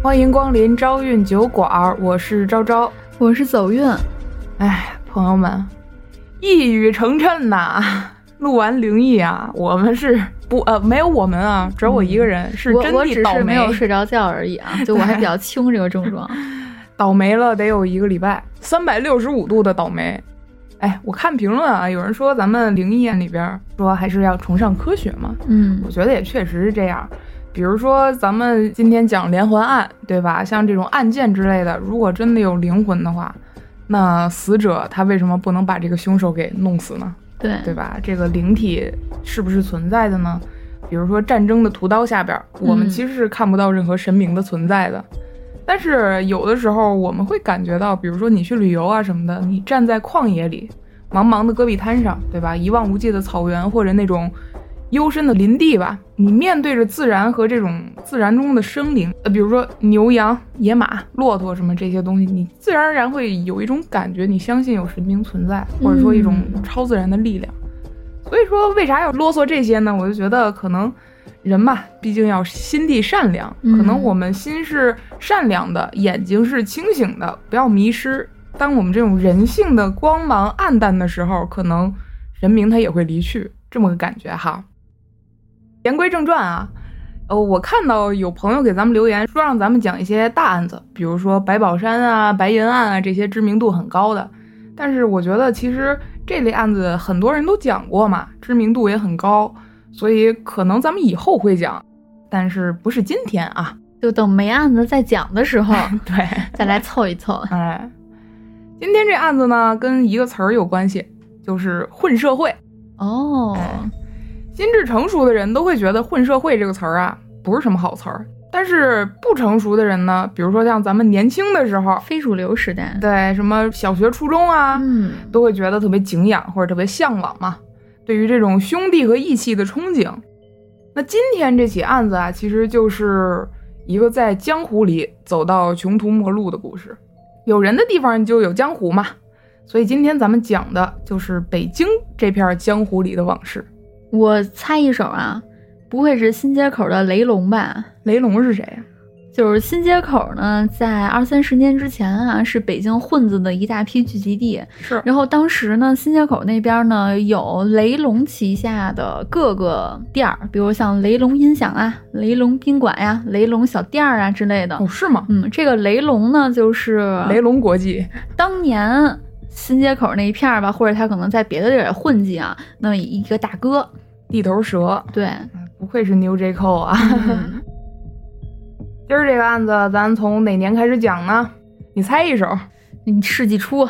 欢迎光临招运酒馆，我是昭昭， 我是走运。 哎，朋友们，一语成谶呐！录完灵异啊，我们是没有我们啊，只有我一个人，是真的倒霉。 我只是没有睡着觉而已啊，就我还比较轻这个症状。 倒霉了得有1个礼拜，365度的倒霉。哎，我看评论啊，有人说咱们灵异案里边说还是要崇尚科学嘛，我觉得也确实是这样。比如说咱们今天讲连环案，对吧？像这种案件之类的，如果真的有灵魂的话，那死者他为什么不能把这个凶手给弄死呢？对吧？这个灵体是不是存在的呢？比如说战争的屠刀下边，我们其实是看不到任何神明的存在的。但是有的时候我们会感觉到，比如说你去旅游啊什么的，你站在旷野里，茫茫的戈壁滩上，对吧？一望无际的草原或者那种幽深的林地吧，你面对着自然和这种自然中的生灵，比如说牛羊、野马、骆驼什么这些东西，你自然而然会有一种感觉，你相信有神明存在，或者说一种超自然的力量。所以说为啥要啰嗦这些呢？我就觉得可能人嘛，毕竟要心地善良，可能我们心是善良的，眼睛是清醒的，不要迷失。当我们这种人性的光芒暗淡的时候，可能神明他也会离去，这么个感觉哈。言归正传啊，我看到有朋友给咱们留言说让咱们讲一些大案子，比如说白宝山啊、白银案啊，这些知名度很高的。但是我觉得其实这类案子很多人都讲过嘛，知名度也很高，所以可能咱们以后会讲，但是不是今天啊， 就等没案子再讲的时候对， 再来凑一凑。 哎，今天这案子呢跟一个词儿有关系，就是混社会。心智成熟的人都会觉得混社会这个词儿啊不是什么好词儿，但是不成熟的人呢，比如说像咱们年轻的时候， 非主流时代， 对，什么小学初中啊，都会觉得特别敬仰或者特别向往嘛，对于这种兄弟和义气的憧憬。那今天这起案子啊，其实就是一个在江湖里走到穷途末路的故事。有人的地方就有江湖嘛，所以今天咱们讲的就是北京这片江湖里的往事。 我猜一手啊，不会是新街口的雷龙吧？ 雷龙是谁呀？ 就是新街口呢，在20-30年之前啊，是北京混子的一大批聚集地。 是。 然后当时呢，新街口那边呢，有雷龙旗下的各个店儿，比如像雷龙音响啊、雷龙宾馆呀、雷龙小店儿啊之类的。 哦，是吗？ 这个雷龙呢，就是雷龙国际。 当年新街口那一片吧，或者他可能在别的地儿也混迹啊，那么一个大哥， 地头蛇。 对， 不愧是 New J Cole 啊。今儿这个案子咱从哪年开始讲呢？你猜一手。 世纪初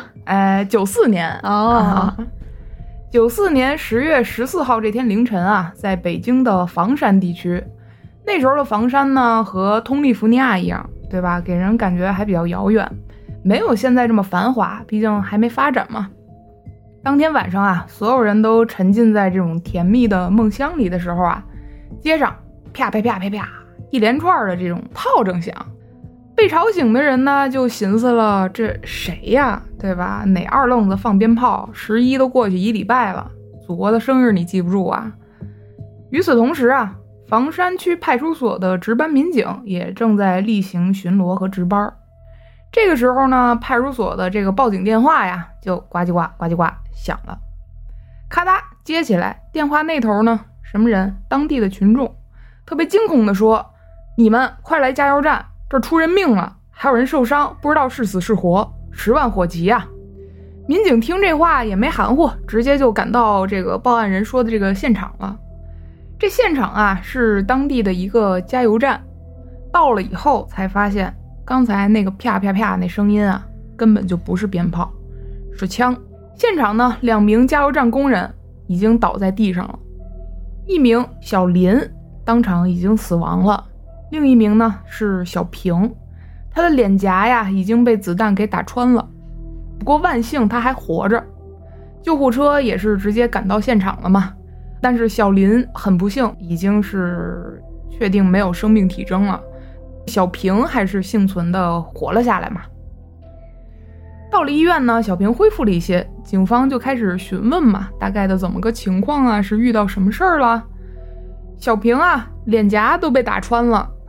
，94年。94年10月14号这天凌晨啊，在北京的房山地区。那时候的房山呢，和通利福尼亚一样，对吧？给人感觉还比较遥远，没有现在这么繁华，毕竟还没发展嘛。当天晚上啊，所有人都沉浸在这种甜蜜的梦乡里的时候啊，街上啪啪啪啪啪一连串的这种炮声响。被吵醒的人呢就寻思了，这谁呀，对吧？哪二愣子放鞭炮？11都过去1礼拜了，祖国的生日你记不住啊？与此同时啊，房山区派出所的值班民警也正在例行巡逻和值班。这个时候呢，派出所的这个报警电话呀就呱唧呱呱唧呱响了。咔嗒接起来，电话那头呢，什么人？当地的群众特别惊恐地说，你们快来加油站，这出人命了，还有人受伤，不知道是死是活，10万火急啊。民警听这话也没含糊，直接就赶到这个报案人说的这个现场了。这现场啊是当地的一个加油站，到了以后才发现，刚才那个啪啪啪那声音啊，根本就不是鞭炮，是枪。现场呢，2名加油站工人已经倒在地上了，一名小林当场已经死亡了，另一名呢是小平，他的脸颊呀已经被子弹给打穿了，不过万幸他还活着。救护车也是直接赶到现场了嘛，但是小林很不幸已经是确定没有生命体征了，小平还是幸存的活了下来嘛。到了医院呢，小平恢复了一些，警方就开始询问嘛，大概的怎么个情况啊，是遇到什么事儿了。小平啊，脸颊都被打穿了，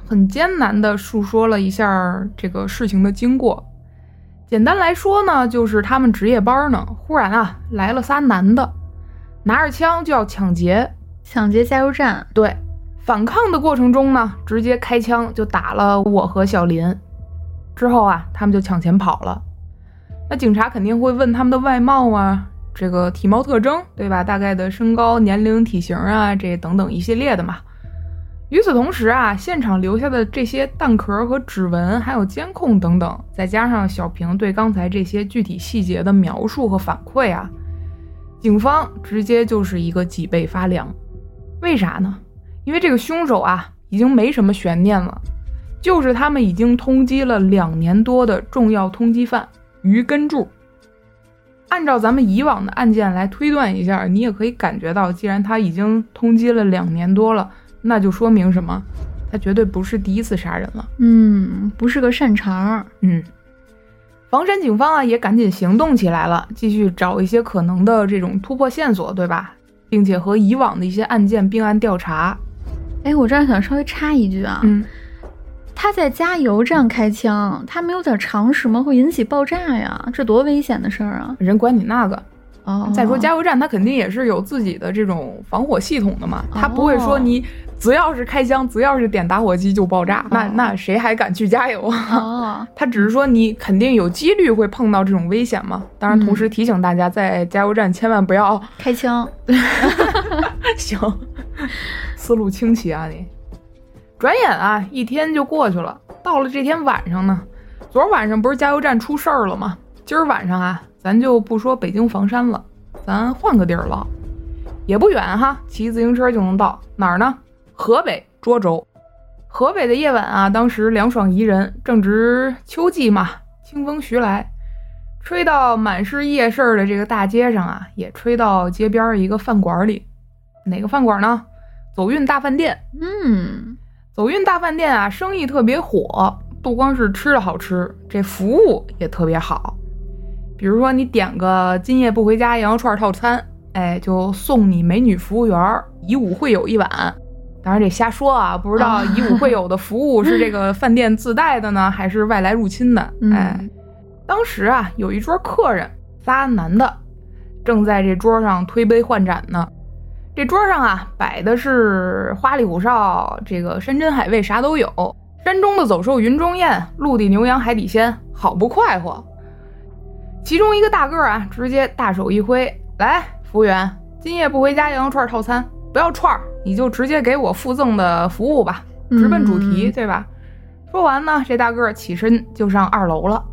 很艰难地述说了一下这个事情的经过。简单来说呢，就是他们值夜班呢，忽然啊来了仨男的，拿着枪就要抢劫加油站。 对，反抗的过程中呢，直接开枪就打了我和小林。之后啊，他们就抢钱跑了。那警察肯定会问他们的外貌啊，这个体貌特征，对吧？大概的身高、年龄、体型啊，这等等一系列的嘛。与此同时啊，现场留下的这些弹壳和指纹，还有监控等等，再加上小平对刚才这些具体细节的描述和反馈啊，警方直接就是一个脊背发凉。为啥呢？因为这个凶手啊，已经没什么悬念了，就是他们已经通缉了2年多的重要通缉犯于根柱。按照咱们以往的案件来推断一下，你也可以感觉到，既然他已经通缉了2年多了，那就说明什么？他绝对不是第一次杀人了。 不是个善茬。 房山警方啊也赶紧行动起来了，继续找一些可能的这种突破线索，对吧？并且和以往的一些案件并案调查。 我这儿想稍微插一句啊，他在加油站开枪，他没有点常识吗？会引起爆炸呀，这多危险的事儿啊！ 人管你那个。再说加油站，它肯定也是有自己的这种防火系统的嘛，它不会说你只要是开枪，只要是点打火机就爆炸，那谁还敢去加油啊？它只是说你肯定有几率会碰到这种危险嘛。当然，同时提醒大家，在加油站千万不要开枪。 行，思路清奇啊你。转眼啊，一天就过去了。到了这天晚上呢，昨儿晚上不是加油站出事儿了吗？今儿晚上啊，咱就不说北京房山了，咱换个地儿唠，也不远哈，骑自行车就能到。哪儿呢？河北涿州。河北的夜晚啊，当时凉爽宜人，正值秋季嘛，清风徐来，吹到满是夜市的这个大街上啊，也吹到街边一个饭馆里。哪个饭馆呢？走运大饭店。走运大饭店啊，生意特别火，不光是吃的好吃，这服务也特别好。比如说你点个今夜不回家羊肉串套餐，就送你美女服务员以武会友1碗。当然这瞎说啊，不知道以武会友的服务是这个饭店自带的呢，还是外来入侵的。当时啊，有一桌客人仨男的正在这桌上推杯换盏呢。这桌上啊摆的是花里胡哨，这个山珍海味啥都有，山中的走兽云中雁，陆地牛羊海底鲜，好不快活。其中一个大个啊，直接大手一挥，来，服务员，今夜不回家羊肉串套餐，不要串，你就直接给我附赠的服务吧，直奔主题，对吧？说完呢，这大个起身就上2楼了。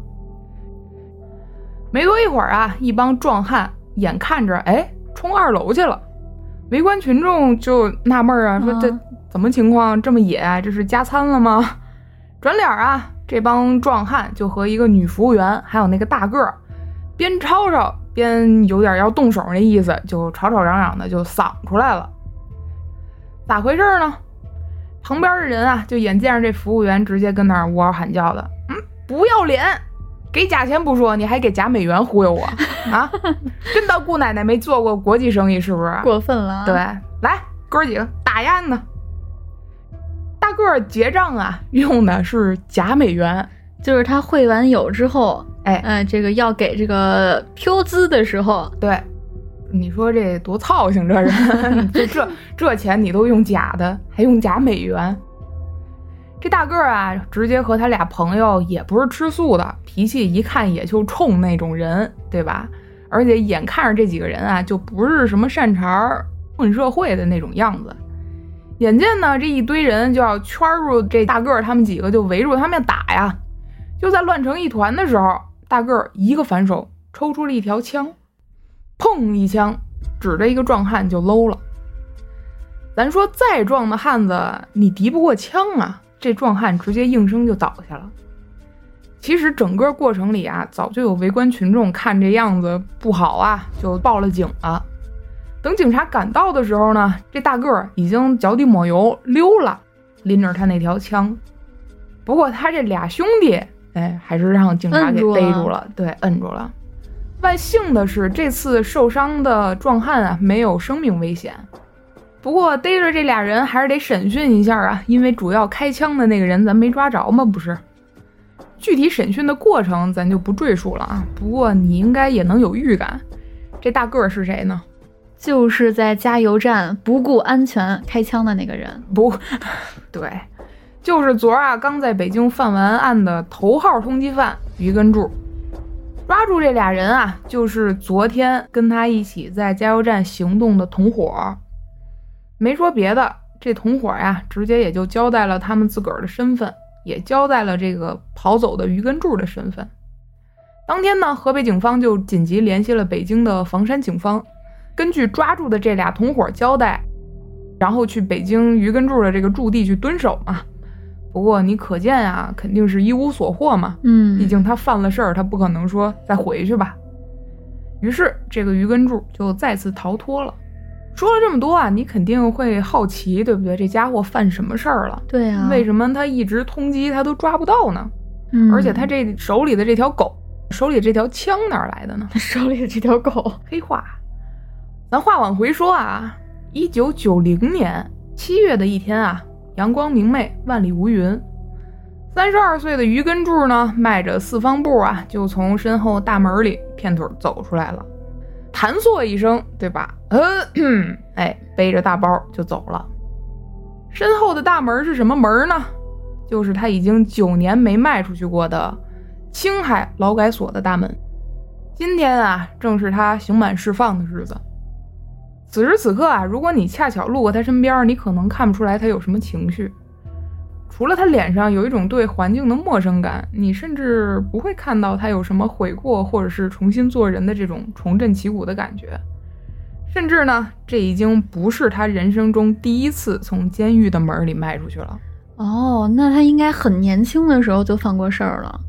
没多一会儿啊，一帮壮汉眼看着冲2楼去了。围观群众就纳闷啊，说这怎么情况这么野啊？这是加餐了吗？转脸啊，这帮壮汉就和一个女服务员还有那个大个边吵吵边有点要动手那意思，就吵吵嚷嚷的就嗓出来了。咋回事呢？旁边的人啊，就眼见着这服务员直接跟那儿呜嗷喊叫的，不要脸！给假钱不说，你还给假美元忽悠我啊！真当姑奶奶没做过国际生意是不是？ 过分了。 对，来哥几个打压呢。大个结账啊，用的是假美元， 就是他会完友之后，这个要给这个飘资的时候， 对，你说这多操性，这人这钱你都用假的，还用假美元。这大个啊，直接和他俩朋友也不是吃素的，脾气一看也就冲那种人，对吧？而且眼看着这几个人啊，就不是什么善茬混社会的那种样子。眼见呢，这一堆人就要圈入这大个他们几个，就围住他们要打呀。就在乱成一团的时候，大个一个反手抽出了一条枪，砰一枪指着一个壮汉就搂了。咱说再壮的汉子你敌不过枪啊，这壮汉直接应声就倒下了。其实整个过程里啊，早就有围观群众看这样子不好啊，就报了警了。等警察赶到的时候呢，这大个已经脚底抹油溜了，拎着他那条枪。不过他这俩兄弟还是让警察给逮住了，对，摁住了。万幸的是，这次受伤的壮汉啊没有生命危险。 不过逮着这俩人还是得审讯一下啊，因为主要开枪的那个人咱没抓着嘛，不是？具体审讯的过程咱就不赘述了啊。不过你应该也能有预感，这大个是谁呢？ 就是在加油站不顾安全开枪的那个人。 不，对，就是昨儿啊刚在北京犯完案的头号通缉犯于根柱。抓住这俩人啊，就是昨天跟他一起在加油站行动的同伙。没说别的，这同伙呀，直接也就交代了他们自个儿的身份，也交代了这个跑走的于根柱的身份。当天呢，河北警方就紧急联系了北京的房山警方，根据抓住的这俩同伙交代，然后去北京于根柱的这个驻地去蹲守嘛。不过你可见啊，肯定是一无所获嘛。毕竟他犯了事儿，他不可能说再回去吧。于是这个于根柱就再次逃脱了。说了这么多啊，你肯定会好奇，对不对？这家伙犯什么事儿了？ 对啊， 为什么他一直通缉他都抓不到呢？而且他这手里的这条狗，手里这条枪哪儿来的呢？ 手里的这条狗， 黑话。咱话往回说啊，1990年7月的一天啊，阳光明媚，万里无云。32岁的于根柱呢，迈着4方步啊，就从身后大门里片腿走出来了，弹嗦一声，对吧？背着大包就走了。身后的大门是什么门呢？就是他已经9年没迈出去过的青海劳改所的大门。今天啊，正是他刑满释放的日子。此时此刻啊，如果你恰巧路过他身边，你可能看不出来他有什么情绪，除了他脸上有一种对环境的陌生感，你甚至不会看到他有什么悔过或者是重新做人的这种重振旗鼓的感觉。甚至呢，这已经不是他人生中第一次从监狱的门里迈出去了。 哦，那他应该很年轻的时候就犯过事儿了。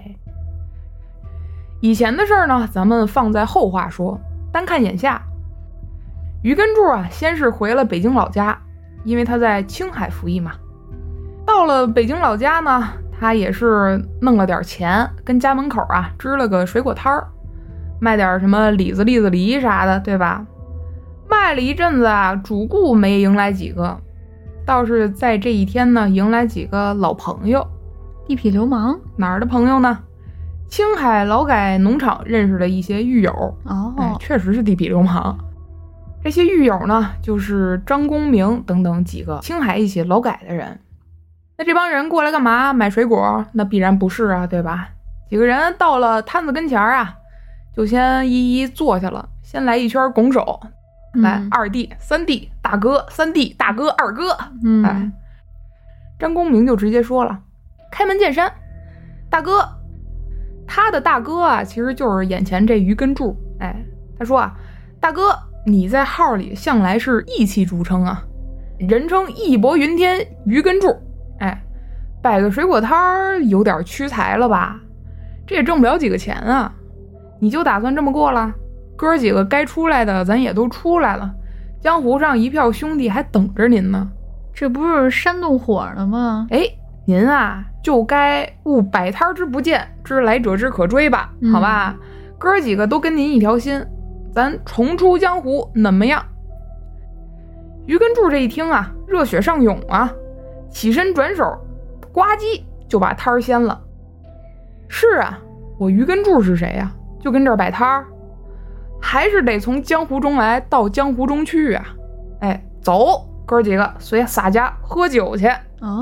以前的事儿呢，咱们放在后话说，单看眼下。于根柱啊，先是回了北京老家，因为他在青海服役嘛。到了北京老家呢，他也是弄了点钱，跟家门口啊支了个水果摊儿，卖点什么李子、栗子、梨啥的，对吧？卖了一阵子啊，主顾没迎来几个，倒是在这一天呢，迎来几个老朋友。 地痞流氓？ 哪儿的朋友呢？青海劳改农场认识的一些狱友。确实是地痞流氓。这些狱友呢，就是张公明等等几个青海一起劳改的人。那这帮人过来干嘛？买水果？那必然不是啊，对吧？几个人到了摊子跟前啊，就先一一坐下了，先来一圈拱手，来二弟、三弟、大哥、三弟、大哥、二哥。张公明就直接说了：“开门见山，大哥。”他的大哥啊，其实就是眼前这于根柱。他说啊，大哥，你在号里向来是义气著称啊，人称义薄云天于根柱。摆个水果摊儿有点屈才了吧？这也挣不了几个钱啊，你就打算这么过了？哥几个该出来的咱也都出来了，江湖上一票兄弟还等着您呢。 这不是煽动火了吗？ 您啊就该勿摆摊之不见，知来者之可追吧，好吧？哥几个都跟您一条心，咱重出江湖怎么样？于根柱这一听啊，热血上涌啊，起身转手呱唧就把摊儿掀了。是啊，我于根柱是谁呀？就跟这儿摆摊儿，还是得从江湖中来到江湖中去啊。走，哥几个随洒家喝酒去。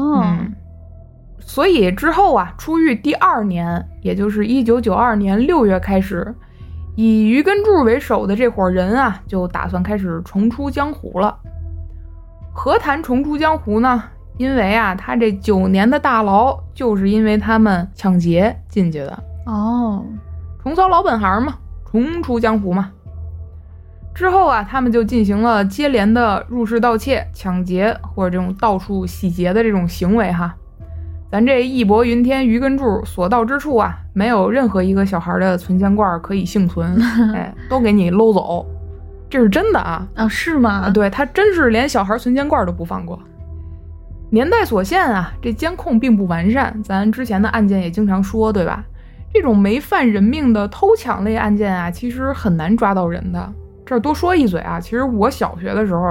所以之后啊，出狱第2年，也就是1992年6月开始，以于根柱为首的这伙人啊，就打算开始重出江湖了。何谈重出江湖呢？因为啊，他这9年的大牢，就是因为他们抢劫进去的。重操老本行嘛，重出江湖嘛。之后啊，他们就进行了接连的入室盗窃、抢劫或者这种到处洗劫的这种行为哈。咱这义薄云天于根柱所到之处啊，没有任何一个小孩的存钱罐可以幸存，都给你搂走，这是真的啊！ 是吗？ 对，他真是连小孩存钱罐都不放过。年代所限啊，这监控并不完善，咱之前的案件也经常说，对吧？这种没犯人命的偷抢类案件啊，其实很难抓到人的。这儿多说一嘴啊，其实我小学的时候，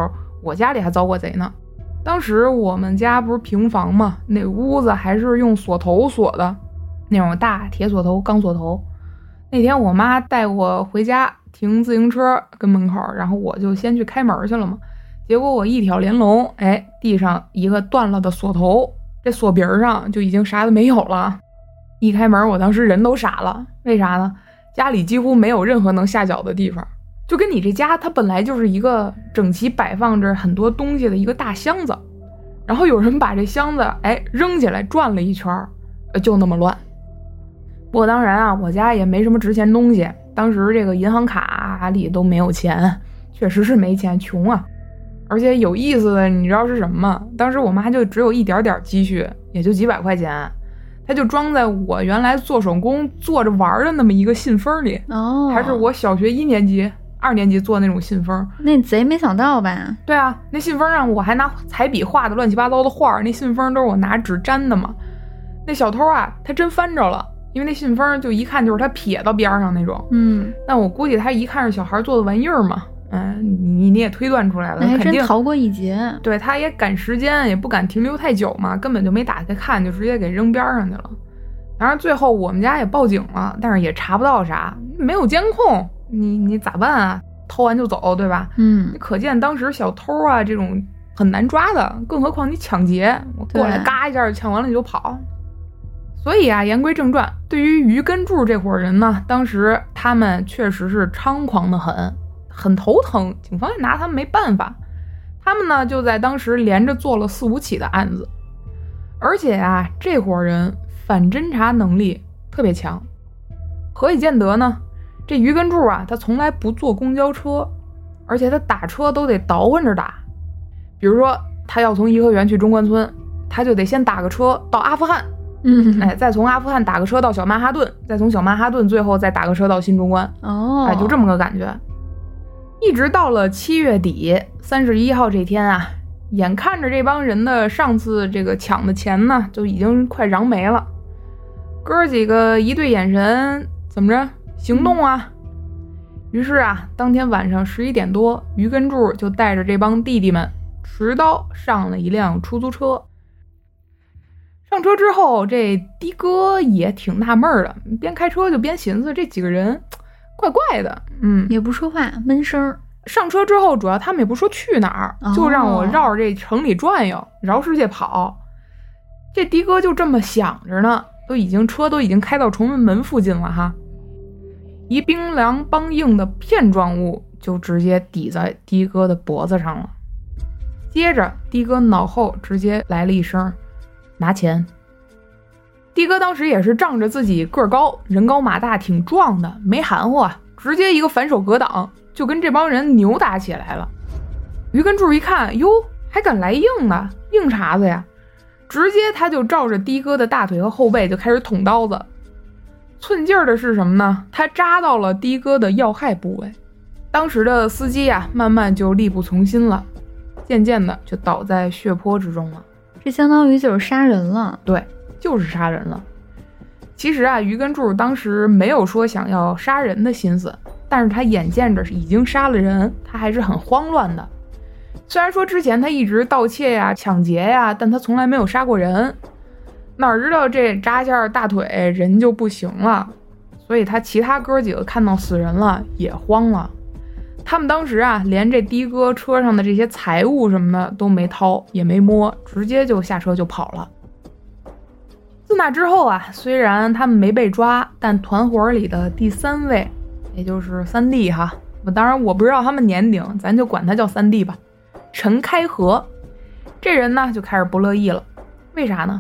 我家里还遭过贼呢。当时我们家不是平房嘛，那屋子还是用锁头锁的，那种大铁锁头、钢锁头。那天我妈带我回家，停自行车跟门口，然后我就先去开门去了嘛。结果我一挑连笼，地上一个断了的锁头，这锁鼻上就已经啥都没有了。一开门，我当时人都傻了，为啥呢？家里几乎没有任何能下脚的地方，就跟你这家它本来就是一个整齐摆放着很多东西的一个大箱子，然后有人把这箱子扔起来转了一圈，就那么乱。不过当然啊，我家也没什么值钱东西，当时这个银行卡里都没有钱，确实是没钱，穷啊。而且有意思的你知道是什么吗？当时我妈就只有一点点积蓄，也就几百块钱，她就装在我原来做手工做着玩的那么一个信封里。还是我小学1年级2年级做那种信封。 那贼没想到吧？ 对啊，那信封上我还拿彩笔画的乱七八糟的画，那信封都是我拿纸粘的嘛。那小偷啊，他真翻着了，因为那信封就一看就是他撇到边上那种。那我估计他一看是小孩做的玩意儿嘛。你也推断出来了， 那还肯定真逃过一劫。 对，他也赶时间，也不敢停留太久嘛，根本就没打开看，就直接给扔边上去了。当然最后我们家也报警了，但是也查不到啥，没有监控，你咋办啊？偷完就走，对吧？可见当时小偷啊这种很难抓的，更何况你抢劫，我过来嘎一下抢完了你就跑。所以啊，言归正传，对于于根柱这伙人呢，当时他们确实是猖狂的很头疼，警方也拿他们没办法。他们呢就在当时连着做了4、5起的案子，而且啊，这伙人反侦查能力特别强。何以见得呢？这于根柱啊，他从来不坐公交车，而且他打车都得倒混着打。比如说他要从颐和园去中关村，他就得先打个车到阿富汗，再从阿富汗打个车到小曼哈顿，再从小曼哈顿最后再打个车到新中关。就这么个感觉。一直到了7月底31号这天啊，眼看着这帮人的上次这个抢的钱呢就已经快瓤没了，哥几个一对眼神，怎么着，行动啊！于是啊，当天晚上11点多，于根柱就带着这帮弟弟们持刀上了一辆出租车。上车之后，这的哥也挺纳闷的，边开车就边寻思这几个人怪怪的， 也不说话，闷声。 上车之后，主要他们也不说去哪儿，就让我绕着这城里转悠，绕世界跑。这的哥就这么想着呢，车都已经开到崇文门附近了哈。一冰凉梆硬的片状物就直接抵在的哥的脖子上了，接着的哥脑后直接来了一声拿钱。的哥当时也是仗着自己个儿高，人高马大，挺壮的，没含糊啊，直接一个反手格挡，就跟这帮人扭打起来了。于根柱一看，哟，还敢来硬的，硬茬子呀，直接他就照着的哥的大腿和后背就开始捅刀子。寸劲儿的是什么呢？他扎到了的哥的要害部位。当时的司机啊，慢慢就力不从心了，渐渐的就倒在血泊之中了。 这相当于就是杀人了。 对，就是杀人了。其实啊，于根柱当时没有说想要杀人的心思，但是他眼见着已经杀了人，他还是很慌乱的。虽然说之前他一直盗窃呀、抢劫呀，但他从来没有杀过人，哪知道这扎下大腿人就不行了，所以他其他哥几个看到死人了也慌了。他们当时啊，连这的哥车上的这些财物什么的都没掏也没摸，直接就下车就跑了。自那之后啊，虽然他们没被抓，但团伙里的第3位，也就是三弟哈，当然我不知道他们年龄，咱就管他叫三弟吧，陈开和，这人呢就开始不乐意了。为啥呢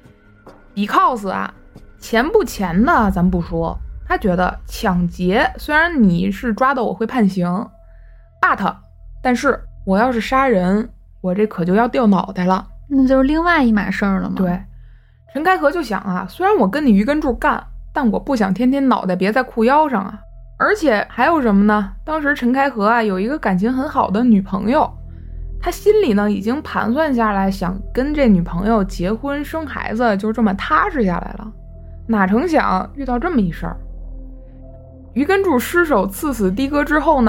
？because 啊，钱不钱的咱不说，他觉得抢劫虽然你是抓到我会判刑 but 但是我要是杀人，我这可就要掉脑袋了， 那就是另外一码事儿了嘛。 对，陈开和就想啊，虽然我跟你于根柱干，但我不想天天脑袋别在裤腰上啊。而且还有什么呢？当时陈开和啊有一个感情很好的女朋友，他心里呢已经盘算下来，想跟这女朋友结婚生孩子，就这么踏实下来了。哪成想遇到这么一事儿。于根柱失手刺死的哥之后呢，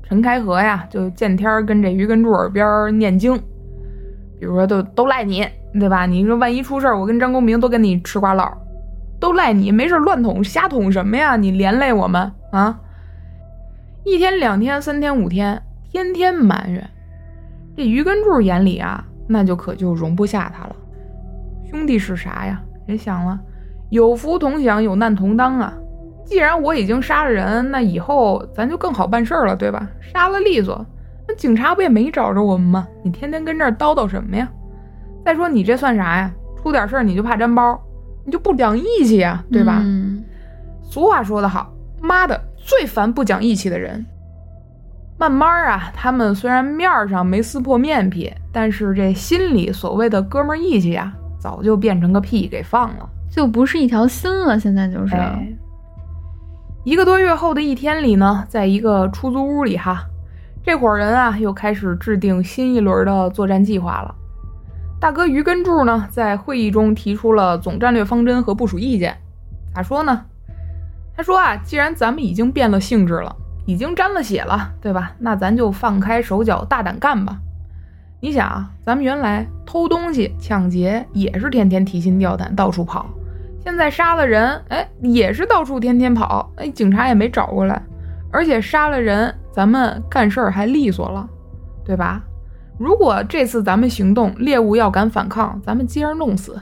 陈开河呀就见天跟这于根柱耳边念经，比如说都赖你，对吧？你说万一出事我跟张公明都跟你吃瓜唠，都赖你，没事乱捅瞎捅什么呀？你连累我们啊！1天2天3天5天，天天埋怨。这于根柱眼里啊，那就可就容不下他了。兄弟是啥呀？人想了，有福同享，有难同当啊。既然我已经杀了人，那以后咱就更好办事了，对吧？杀了利索，那警察不也没找着我们吗？你天天跟这儿叨叨什么呀？再说你这算啥呀？出点事儿你就怕沾包，你就不讲义气呀，对吧？俗话说得好，妈的，最烦不讲义气的人。慢慢啊，他们虽然面上没撕破面皮，但是这心里所谓的哥们儿义气啊，早就变成个屁给放了， 就不是一条心了。现在就是 1个多月后的一天里呢，在一个出租屋里哈，这伙人啊又开始制定新一轮的作战计划了。大哥于根柱呢，在会议中提出了总战略方针和部署意见。咋说呢？他说啊，既然咱们已经变了性质了，已经沾了血了，对吧？那咱就放开手脚，大胆干吧。你想啊，咱们原来偷东西、抢劫也是天天提心吊胆，到处跑。现在杀了人，也是到处天天跑，警察也没找过来。而且杀了人，咱们干事儿还利索了，对吧？如果这次咱们行动，猎物要敢反抗，咱们接而弄死。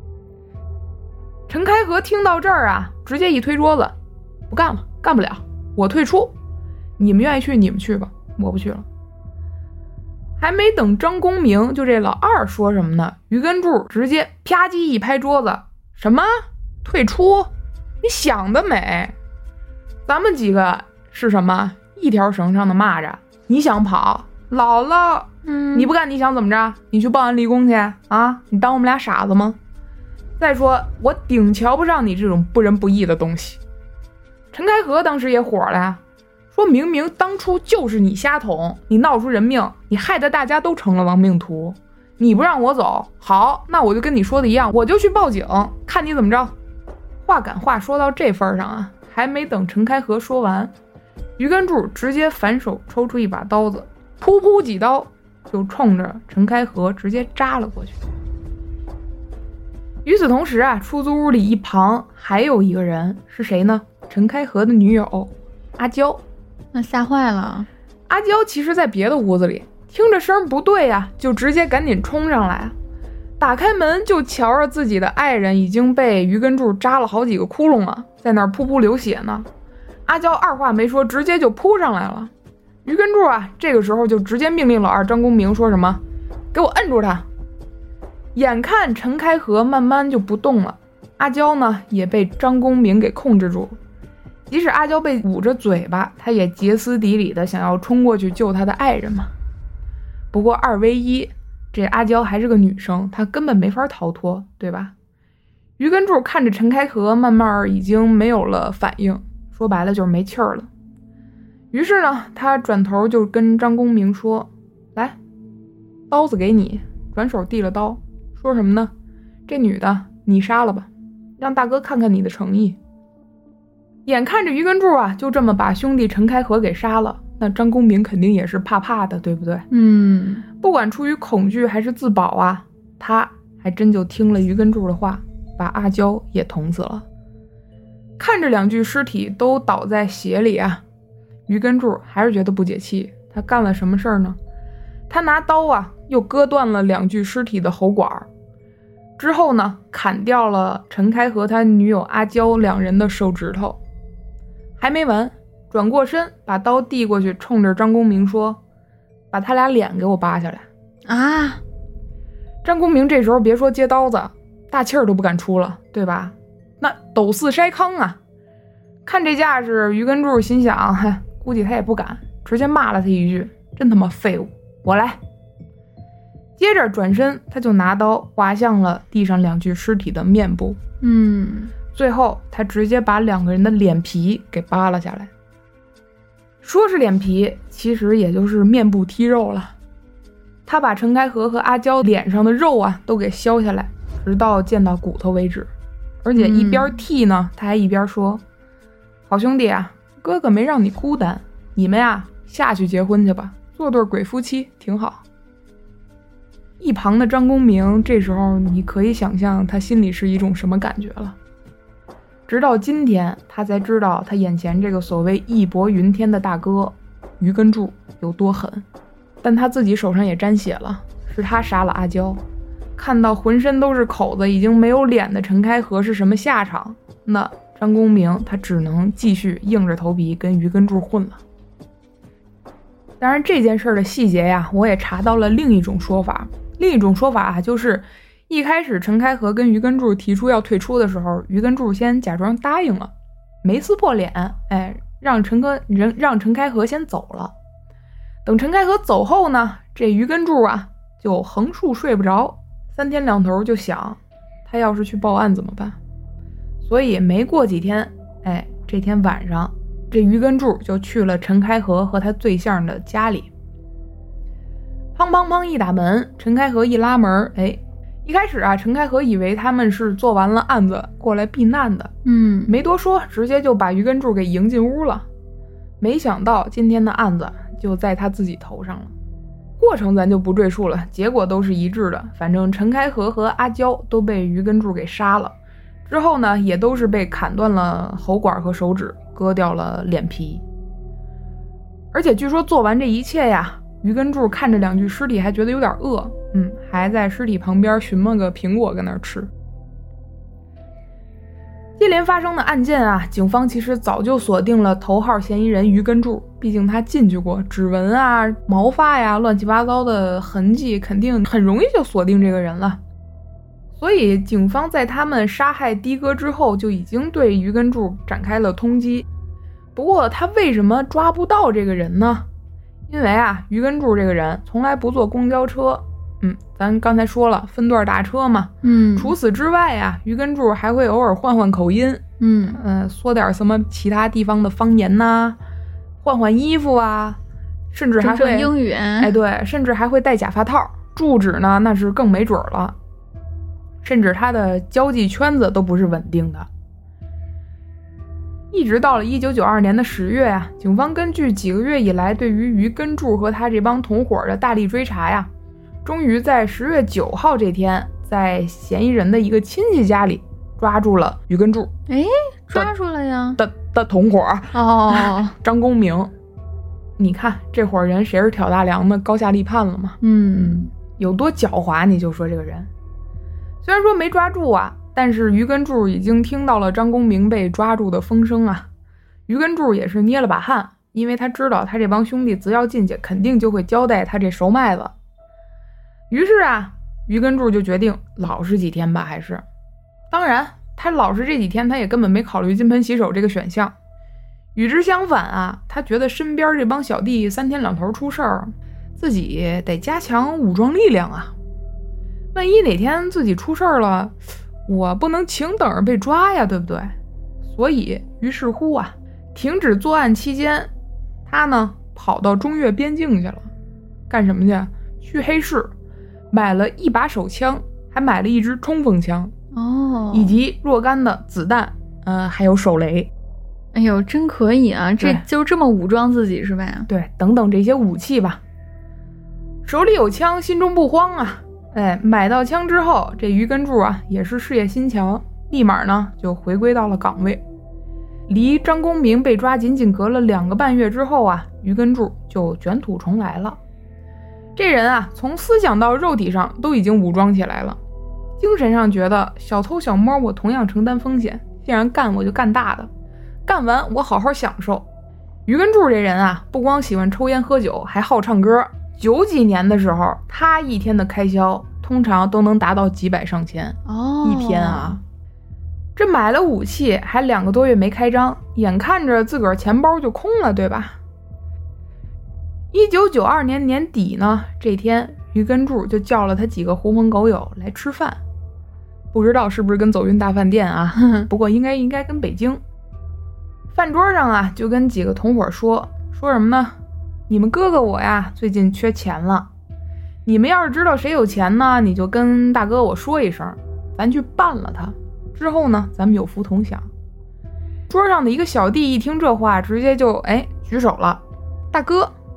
陈开河听到这儿啊，直接一推桌子，不干了，干不了，我退出。你们愿意去你们去吧，我不去了。还没等张公明就这老二说什么呢，于根柱直接啪叽一拍桌子，什么退出？你想得美！咱们几个是什么一条绳上的蚂蚱？你想跑，姥姥，你不干你想怎么着？你去报案立功去啊？你当我们俩傻子吗？再说我顶瞧不上你这种不仁不义的东西。陈开河当时也火了呀，说明明当初就是你瞎捅，你闹出人命，你害得大家都成了亡命徒，你不让我走，好，那我就跟你说的一样，我就去报警，看你怎么着。话赶话说到这份上啊，还没等陈开河说完，于根柱直接反手抽出一把刀子，噗噗几刀就冲着陈开河直接扎了过去。与此同时啊，出租屋里一旁还有一个人，是谁呢？陈开河的女友阿娇。 那吓坏了。 阿娇其实在别的屋子里听着声不对啊，就直接赶紧冲上来啊，打开门就瞧着自己的爱人已经被于根柱扎了好几个窟窿了，在那儿噗噗流血呢。阿娇二话没说，直接就扑上来了。于根柱啊，这个时候就直接命令老二张公明说什么，给我摁住他。眼看陈开河慢慢就不动了，阿娇呢也被张公明给控制住。即使阿娇被捂着嘴巴，她也歇斯底里的想要冲过去救她的爱人嘛。不过2 v 1，这阿娇还是个女生，她根本没法逃脱，对吧？于根柱看着陈开河慢慢已经没有了反应，说白了就是没气儿了。于是呢，他转头就跟张公明说，来，刀子给你，转手递了刀，说什么呢？这女的你杀了吧，让大哥看看你的诚意。眼看着于根柱啊就这么把兄弟陈开河给杀了，那张公明肯定也是怕怕的，对不对？不管出于恐惧还是自保啊，他还真就听了于根柱的话，把阿娇也捅死了。看着2具尸体都倒在血里啊，于根柱还是觉得不解气。他干了什么事儿呢？他拿刀啊又割断了2具尸体的喉管，之后呢砍掉了陈开河他女友阿娇2人的手指头。还没完，转过身把刀递过去，冲着张公明说，把他俩脸给我扒下来啊！ 张公明这时候别说接刀子，大气儿都不敢出了，对吧？那抖似筛糠啊！看这架势，于根柱心想，估计他也不敢，直接骂了他一句，真他妈废物，我来。接着转身，他就拿刀划向了地上2具尸体的面部。最后他直接把2个人的脸皮给扒了下来。说是脸皮，其实也就是面部剔肉了。他把陈开河和阿娇脸上的肉啊都给削下来，直到见到骨头为止。而且一边剔呢，他还一边说，好兄弟啊，哥哥没让你孤单，你们呀下去结婚去吧，做对鬼夫妻挺好。一旁的张公明这时候你可以想象他心里是一种什么感觉了。直到今天他才知道他眼前这个所谓义薄云天的大哥于根柱有多狠，但他自己手上也沾血了，是他杀了阿娇。看到浑身都是口子已经没有脸的陈开和是什么下场，那张公明他只能继续硬着头皮跟于根柱混了。当然这件事的细节呀，我也查到了另一种说法就是一开始陈开和跟于根柱提出要退出的时候，于根柱先假装答应了，没撕破脸，让陈开和先走了。等陈开和走后呢，这于根柱啊就横竖睡不着，3天2头就想他要是去报案怎么办。所以没过几天，这天晚上这于根柱就去了陈开和和他对象的家里。砰砰砰一打门，陈开和一拉门，一开始啊，陈开和以为他们是做完了案子过来避难的，没多说，直接就把于根柱给迎进屋了。没想到今天的案子就在他自己头上了。过程咱就不赘述了，结果都是一致的，反正陈开和和阿娇都被于根柱给杀了，之后呢也都是被砍断了喉管和手指，割掉了脸皮。而且据说做完这一切呀，于根柱看着2具尸体还觉得有点饿，还在尸体旁边寻摸个苹果跟那儿吃。接连发生的案件啊，警方其实早就锁定了头号嫌疑人于根柱，毕竟他进去过，指纹啊、毛发呀、乱七八糟的痕迹，肯定很容易就锁定这个人了。所以警方在他们杀害的哥之后，就已经对于根柱展开了通缉。不过他为什么抓不到这个人呢？因为啊，于根柱这个人从来不坐公交车，咱刚才说了分段打车嘛，除此之外啊，于根柱还会偶尔换换口音，说点什么其他地方的方言呐，换换衣服啊，甚至还会英语， 对，甚至还会戴假发套，住址呢那是更没准了，甚至他的交际圈子都不是稳定的。一直到了1992年的10月啊，警方根据几个月以来对于根柱和他这帮同伙的大力追查呀，终于在10月9号这天，在嫌疑人的一个亲戚家里抓住了于根柱。 抓住了呀的同伙张公明。你看这伙人谁是挑大梁的，高下立判了吗？有多狡猾你就说这个人。虽然说没抓住啊，但是于根柱已经听到了张公明被抓住的风声啊。于根柱也是捏了把汗，因为他知道他这帮兄弟只要进去肯定就会交代他这熟麦子。于是啊，于根柱就决定老实几天吧，还是。当然他老实这几天他也根本没考虑金盆洗手这个选项。与之相反啊，他觉得身边这帮小弟3天2头出事儿，自己得加强武装力量啊。万一哪天自己出事儿了，我不能请等着被抓呀，对不对？所以于是乎啊，停止作案期间，他呢跑到中越边境去了。干什么去？去黑市买了一把手枪，还买了一支冲锋枪以及若干的子弹，还有手雷。 哎呦，真可以啊！这就这么武装自己是吧？ 对，等等这些武器吧。手里有枪，心中不慌啊！买到枪之后，这于根柱啊也是事业心强，立马呢就回归到了岗位。离张公明被抓仅仅隔了2个半月之后啊，于根柱就卷土重来了。这人啊，从思想到肉体上都已经武装起来了，精神上觉得小偷小摸我同样承担风险，既然干我就干大的，干完我好好享受。于根柱这人啊，不光喜欢抽烟喝酒，还好唱歌。90几年的时候，他一天的开销通常都能达到几百上千一天啊。这买了武器还2个多月没开张，眼看着自个儿钱包就空了，对吧？1992年年底呢，这天于根柱就叫了他几个狐朋狗友来吃饭，不知道是不是跟走运大饭店啊，不过应该跟北京。饭桌上啊，就跟几个同伙说什么呢？你们哥哥我呀，最近缺钱了，你们要是知道谁有钱呢，你就跟大哥我说一声，咱去办了他，之后呢，咱们有福同享。桌上的一个小弟一听这话，直接就举手了，大哥，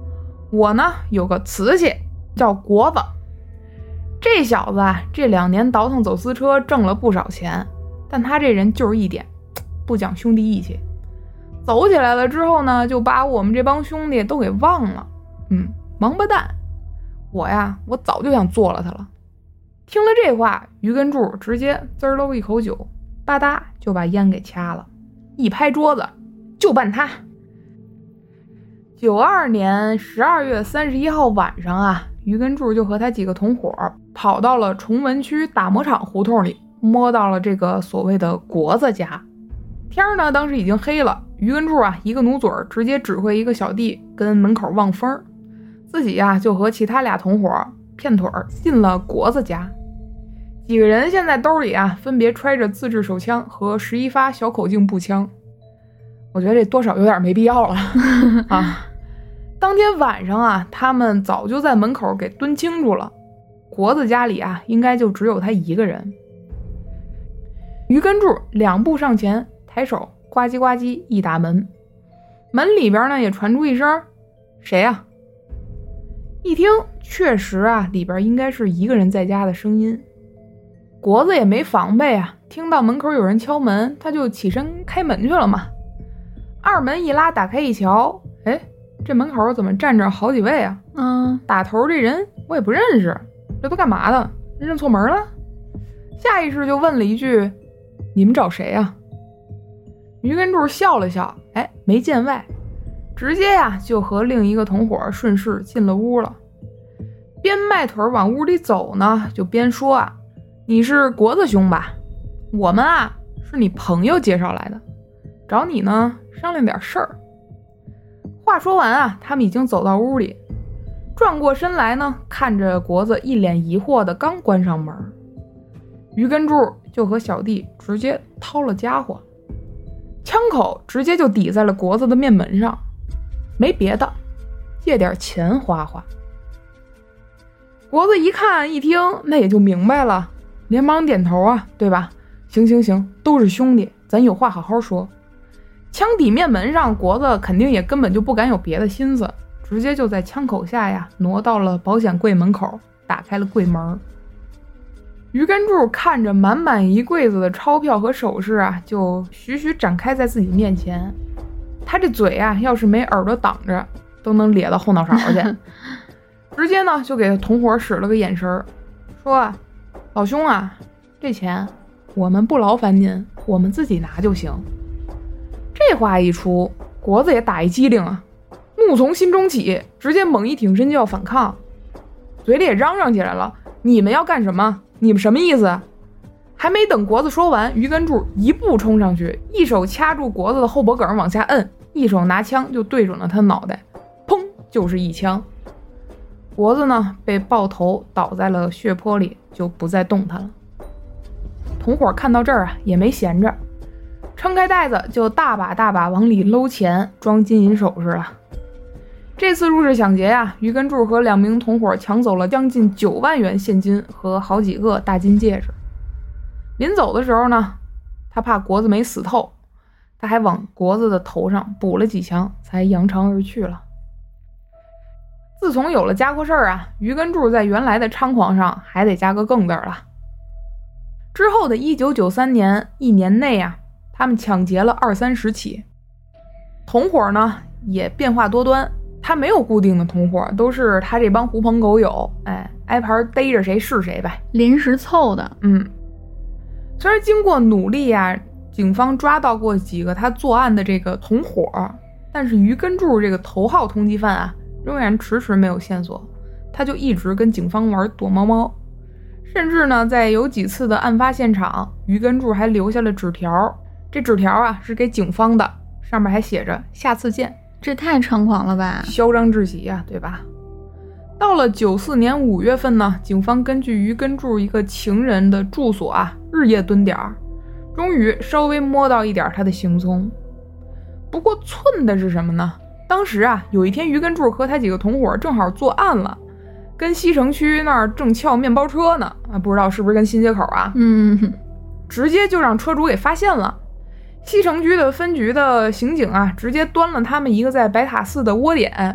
我呢有个瓷器叫国子，这小子啊这2年倒腾走私车挣了不少钱，但他这人就是一点不讲兄弟义气，走起来了之后呢就把我们这帮兄弟都给忘了。王八蛋，我早就想做了他了。听了这话，于根柱直接滋儿喽一口酒，吧嗒就把烟给掐了，一拍桌子，就办他。92年12月31号晚上啊，于根柱就和他几个同伙跑到了崇文区打磨厂胡同里，摸到了这个所谓的国子家。天呢当时已经黑了，于根柱啊一个努嘴直接指挥一个小弟跟门口望风，自己就和其他俩同伙骗腿进了国子家。几个人现在兜里分别揣着自制手枪和11发小口径步枪，我觉得这多少有点没必要了啊。当天晚上他们早就在门口给蹲清楚了，国子家里应该就只有他一个人。于根柱2步上前，抬手呱唧呱唧一打门，门里边呢也传出一声谁呀？一听确实里边应该是一个人在家的声音。国子也没防备听到门口有人敲门，他就起身开门去了嘛。二门一拉，打开一瞧，这门口怎么站着好几位打头这人我也不认识，这都干嘛的？认错门了？下意识就问了一句：你们找谁呀？于根柱笑了笑，没见外，直接就和另一个同伙顺势进了屋了。边迈腿往屋里走呢，就边说你是国子兄吧？我们是你朋友介绍来的，找你呢商量点事儿。话说完他们已经走到屋里，转过身来呢，看着国子一脸疑惑的刚关上门，于根柱就和小弟直接掏了家伙，枪口直接就抵在了国子的面门上，没别的，借点钱花花。国子一看一听，那也就明白了，连忙点头对吧？行，都是兄弟，咱有话好好说。枪抵面门上，国子肯定也根本就不敢有别的心思，直接就在枪口下挪到了保险柜门口，打开了柜门。于根柱看着满满一柜子的钞票和首饰就徐徐展开在自己面前，他这嘴要是没耳朵挡着，都能咧到后脑勺去。直接呢就给同伙使了个眼神，说老兄这钱我们不劳烦您，我们自己拿就行。这话一出，国子也打一激灵怒从心中起，直接猛一挺身就要反抗，嘴里也嚷嚷起来了：你们要干什么？你们什么意思？还没等国子说完，于根柱一步冲上去，一手掐住国子的后脖梗往下摁，一手拿枪就对准了他脑袋，砰就是一枪。国子呢被爆头倒在了血泊里，就不再动弹了。同伙看到这儿也没闲着，撑开袋子就大把大把往里搂钱装金银首饰了。这次入室抢劫于根柱和2名同伙抢走了将近9万元现金和好几个大金戒指。临走的时候呢，他怕国子没死透，他还往国子的头上补了几枪，才扬长而去了。自从有了家伙事儿于根柱在原来的猖狂上还得加个更字了。之后的1993年1年内他们抢劫了20-30起，同伙呢也变化多端，他没有固定的同伙，都是他这帮狐朋狗友，挨盘逮着谁是谁呗， 临时凑的。 虽然经过努力警方抓到过几个他作案的这个同伙，但是于根柱这个头号通缉犯仍然迟迟没有线索，他就一直跟警方玩躲猫猫。甚至呢在有几次的案发现场，于根柱还留下了纸条，这纸条是给警方的，上面还写着下次见。 这太猖狂了吧， 嚣张至极对吧？到了94年5月份呢，警方根据于根柱一个情人的住所日夜蹲点，终于稍微摸到一点他的行踪。不过寸的是什么呢？当时有一天于根柱和他几个同伙正好作案了，跟西城区那儿正撬面包车呢，不知道是不是跟新街口直接就让车主给发现了。西城区的分局的刑警直接端了他们一个在白塔寺的窝点，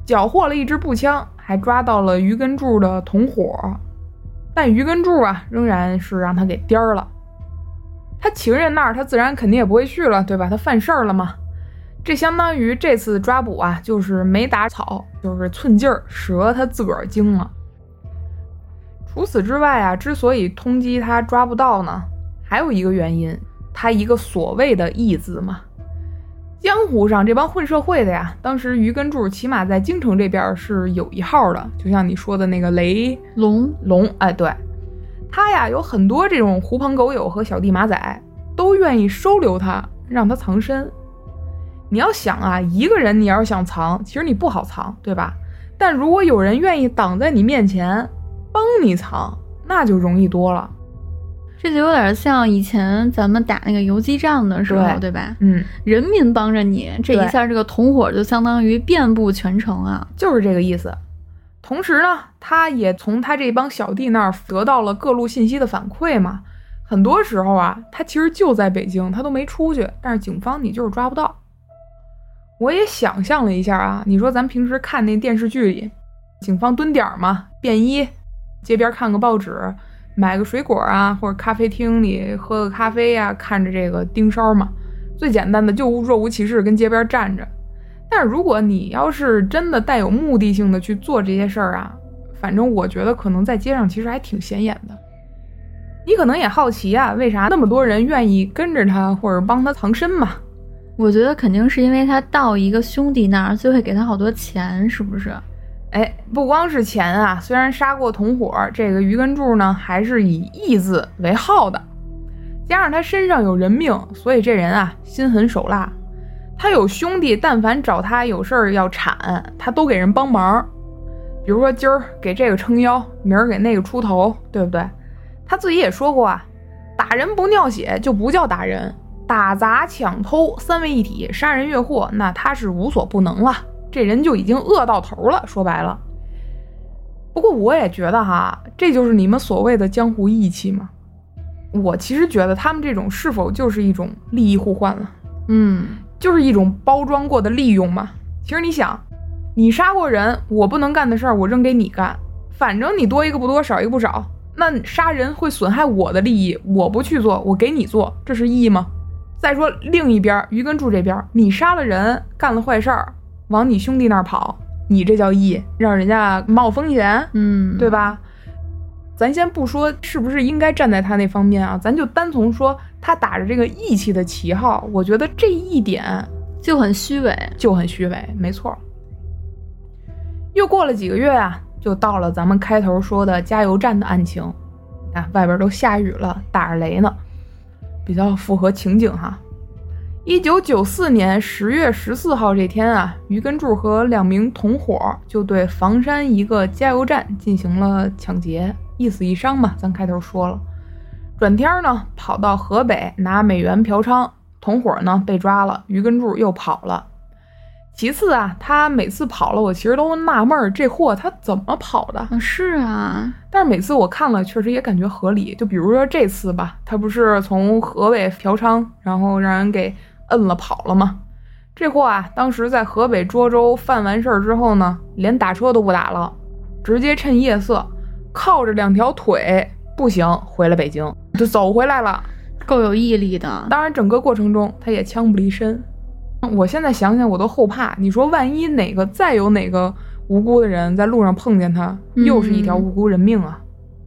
缴获了一支步枪，还抓到了于根柱的同伙。但于根柱啊，仍然是让他给颠了。他情人那儿，他自然肯定也不会去了，对吧？他犯事儿了嘛。这相当于这次抓捕啊，就是没打草，就是寸劲儿，折他自个儿精了。除此之外啊，之所以通缉他抓不到呢，还有一个原因，他一个所谓的义字嘛。江湖上这帮混社会的呀，当时于根柱起码在京城这边是有一号的，就像你说的那个雷龙，哎，对，他呀有很多这种狐朋狗友和小弟马仔都愿意收留他，让他藏身。你要想啊，一个人你要是想藏，其实你不好藏，对吧？但如果有人愿意挡在你面前帮你藏，那就容易多了。 这就有点像以前咱们打那个游击战的时候， 对吧？人民帮着你，这一下这个同伙就相当于遍布全城啊， 就是这个意思。同时呢，他也从他这帮小弟那儿得到了各路信息的反馈嘛。很多时候啊，他其实就在北京，他都没出去，但是警方你就是抓不到。我也想象了一下啊，你说咱平时看那电视剧里，警方蹲点嘛，便衣，街边看个报纸，买个水果啊，或者咖啡厅里喝个咖啡啊，看着这个盯梢嘛，最简单的就若无其事跟街边站着。但是如果你要是真的带有目的性的去做这些事儿啊，反正我觉得可能在街上其实还挺显眼的。你可能也好奇啊，为啥那么多人愿意跟着他或者帮他藏身嘛？ 我觉得肯定是因为他到一个兄弟那儿就会给他好多钱，是不是？ 哎，不光是钱啊，虽然杀过同伙，这个于根柱呢还是以义字为号的，加上他身上有人命，所以这人啊心狠手辣。他有兄弟但凡找他有事儿要铲，他都给人帮忙。比如说今儿给这个撑腰，明儿给那个出头，对不对？他自己也说过啊，打人不尿血就不叫打人，打砸抢偷三位一体，杀人越货，那他是无所不能了，这人就已经恶到头了，说白了。不过我也觉得哈，这就是你们所谓的江湖义气吗？我其实觉得他们这种是否就是一种利益互换了？就是一种包装过的利用嘛。其实你想，你杀过人，我不能干的事儿我扔给你干，反正你多一个不多，少一个不少，那杀人会损害我的利益，我不去做，我给你做，这是义吗？再说另一边，于根柱这边，你杀了人，干了坏事儿，往你兄弟那儿跑，你这叫义，让人家冒风险，对吧？咱先不说是不是应该站在他那方面啊，咱就单从说他打着这个义气的旗号，我觉得这一点就很虚伪， 没错。又过了几个月啊，就到了咱们开头说的加油站的案情啊，外边都下雨了，打着雷呢，比较符合情景哈。1994年10月14号这天啊，于根柱和2名同伙就对房山一个加油站进行了抢劫，一死一伤嘛，咱开头说了。转天呢，跑到河北拿美元嫖娼，同伙呢被抓了，于根柱又跑了。其次啊，他每次跑了，我其实都纳闷这货他怎么跑的？ 是啊， 但是每次我看了，确实也感觉合理。就比如说这次吧，他不是从河北嫖娼，然后让人给摁了跑了吗？这货啊，当时在河北涿州犯完事儿之后呢，连打车都不打了，直接趁夜色靠着2条腿步行回了北京，就走回来了， 够有毅力的。 当然整个过程中他也枪不离身。我现在想想我都后怕，你说万一再有哪个无辜的人在路上碰见他，又是一条无辜人命啊。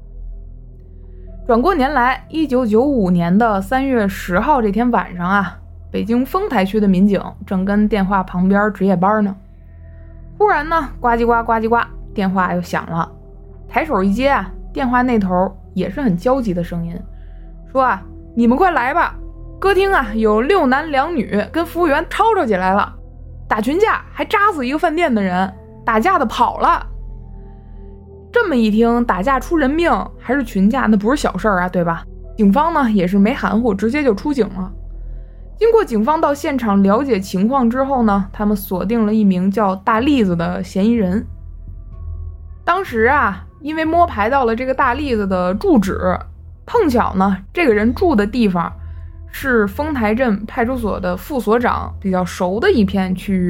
转过年来，1995年的3月10号这天晚上啊，北京丰台区的民警正跟电话旁边值夜班呢，忽然呢，呱唧呱呱唧呱，电话又响了。抬手一接啊，电话那头也是很焦急的声音，说啊，你们快来吧，歌厅啊有6男2女跟服务员吵起来了，打群架还扎死一个饭店的人，打架的跑了。这么一听，打架出人命还是群架，那不是小事儿啊，对吧？警方呢也是没含糊，直接就出警了。经过警方到现场了解情况之后呢，他们锁定了一名叫大栗子的嫌疑人。当时啊，因为摸排到了这个大栗子的住址，碰巧呢这个人住的地方是丰台镇派出所的副所长比较熟的一片区域，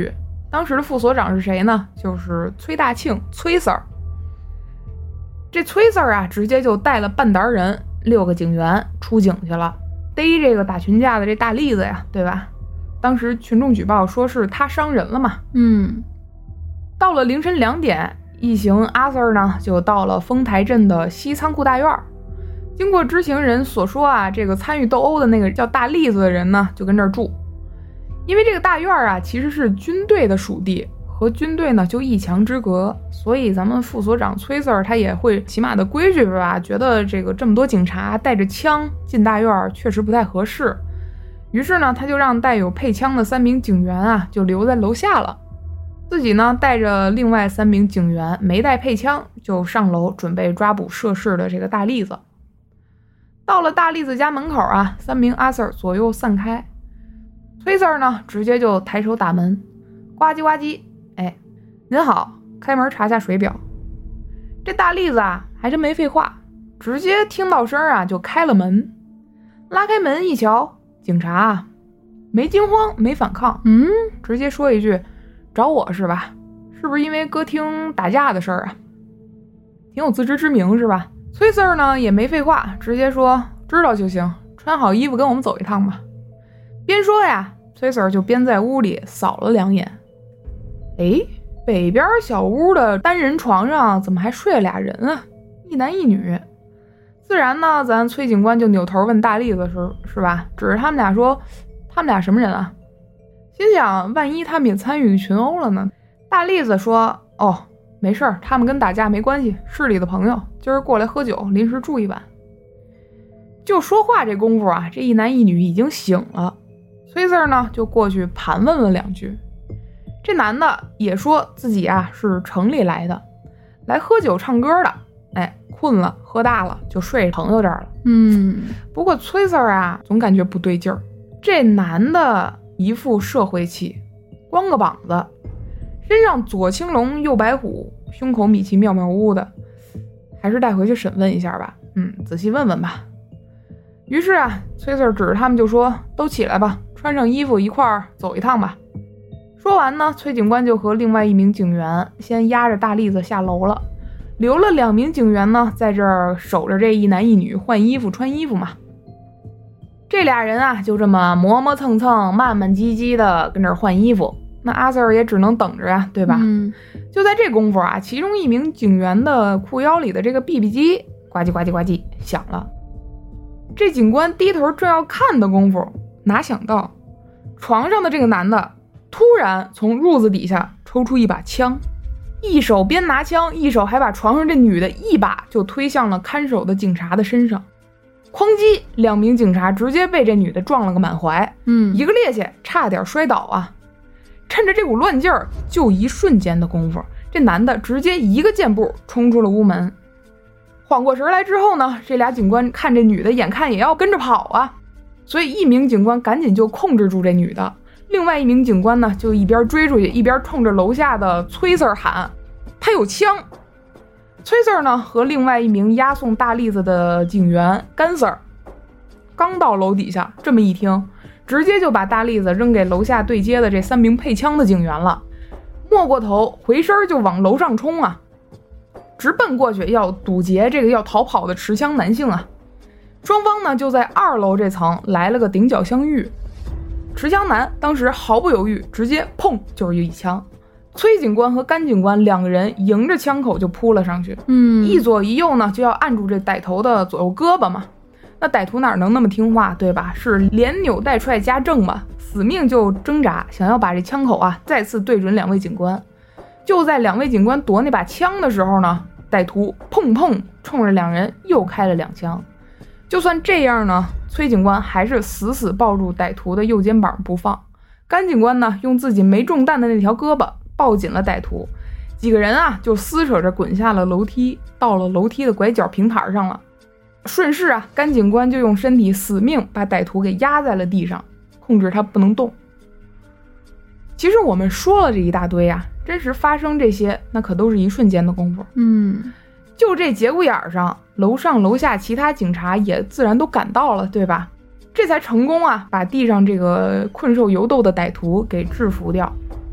当时的副所长是谁呢？就是崔大庆，崔 Sir。这崔 Sir 啊，直接就带了半沓人，6个警员出警去了，逮这个打群架的这大栗子呀，对吧？当时群众举报说是他伤人了嘛。到了凌晨2点，一行阿 Sir 呢就到了丰台镇的西仓库大院。经过知情人所说啊，这个参与斗殴的那个叫大栗子的人呢就跟这儿住。因为这个大院啊其实是军队的属地，和军队呢就一墙之隔，所以咱们副所长崔 Sir 他也会起码的规矩吧，觉得这么多警察带着枪进大院确实不太合适。于是呢他就让带有配枪的3名警员啊就留在楼下了，自己呢带着另外3名警员没带配枪就上楼准备抓捕涉事的这个大栗子。到了大栗子家门口啊，3名阿 Sir 左右散开，崔 Sir 呢直接就抬手打门，呱唧呱唧，哎，您好，开门查下水表。这大栗子啊还真没废话，直接听到声啊就开了门。拉开门一瞧，警察啊没惊慌没反抗，直接说一句，找我是吧？是不是因为歌厅打架的事儿啊？挺有自知之明是吧？崔 Sir 呢也没废话，直接说知道就行，穿好衣服跟我们走一趟吧。边说呀，崔 Sir 就边在屋里扫了2眼。哎，北边小屋的单人床上怎么还睡了俩人啊？一男一女。自然呢，咱崔警官就扭头问大栗子是吧？指着他们俩说，他们俩什么人啊？心想万一他们也参与群殴了呢？大栗子说，哦，没事儿，他们跟打架没关系，市里的朋友，今儿过来喝酒，临时住一晚。就说话这功夫啊，这一男一女已经醒了。崔 Sir 呢就过去盘问了2句。这男的也说自己啊是城里来的，来喝酒唱歌的，哎，困了喝大了就睡朋友这儿了。不过崔 Sir 啊总感觉不对劲儿，这男的一副社会气，光个膀子，身上左青龙右白虎，胸口米奇妙妙屋的，还是带回去审问一下吧，仔细问问吧。于是啊，崔 Sir 指着他们就说，都起来吧，穿上衣服一块儿走一趟吧。说完呢，崔警官就和另外1名警员先押着大栗子下楼了，留了2名警员呢在这儿守着这一男一女换衣服穿衣服嘛。这俩人啊就这么磨磨蹭蹭慢慢唧唧的跟这儿换衣服，那阿 Sir 也只能等着呀，对吧？就在这功夫啊，其中1名警员的裤腰里的这个 BB 机呱唧呱唧呱唧响了。这警官低头正要看的功夫，哪想到床上的这个男的突然从褥子底下抽出一把枪，一手边拿枪，一手还把床上这女的一把就推向了看守的警察的身上。哐叽，2名警察直接被这女的撞了个满怀，一个趔趄，差点摔倒啊！趁着这股乱劲儿，就一瞬间的功夫，这男的直接一个箭步冲出了屋门。缓过神来之后呢，这俩警官看这女的眼看也要跟着跑啊，所以1名警官赶紧就控制住这女的，另外1名警官呢就一边追出去，一边冲着楼下的崔 Sir 喊，他有枪。崔 Sir 呢和另外1名押送大栗子的警员甘 Sir 刚到楼底下，这么一听，直接就把大栗子扔给楼下对接的这3名配枪的警员了，没过头回身就往楼上冲啊，直奔过去要堵截这个要逃跑的持枪男性啊。双方呢就在2楼这层来了个顶角相遇，持枪男当时毫不犹豫，直接砰就是一枪。崔警官和甘警官2个人迎着枪口就扑了上去，一左一右呢就要按住这歹头的左右胳膊嘛。那歹徒哪能那么听话，对吧？是连扭带踹加正嘛，死命就挣扎，想要把这枪口啊再次对准2位警官。就在2位警官夺那把枪的时候呢，歹徒砰砰冲着2人又开了2枪。就算这样呢，崔警官还是死死抱住歹徒的右肩膀不放。甘警官呢用自己没中弹的那条胳膊抱紧了歹徒，几个人啊就撕扯着滚下了楼梯，到了楼梯的拐角平台上了。顺势啊，甘警官就用身体死命把歹徒给压在了地上，控制他不能动。其实我们说了这一大堆啊，真实发生这些那可都是一瞬间的功夫。就这节骨眼上，楼上楼下其他警察也自然都赶到了，对吧？这才成功啊把地上这个困兽犹斗的歹徒给制服掉。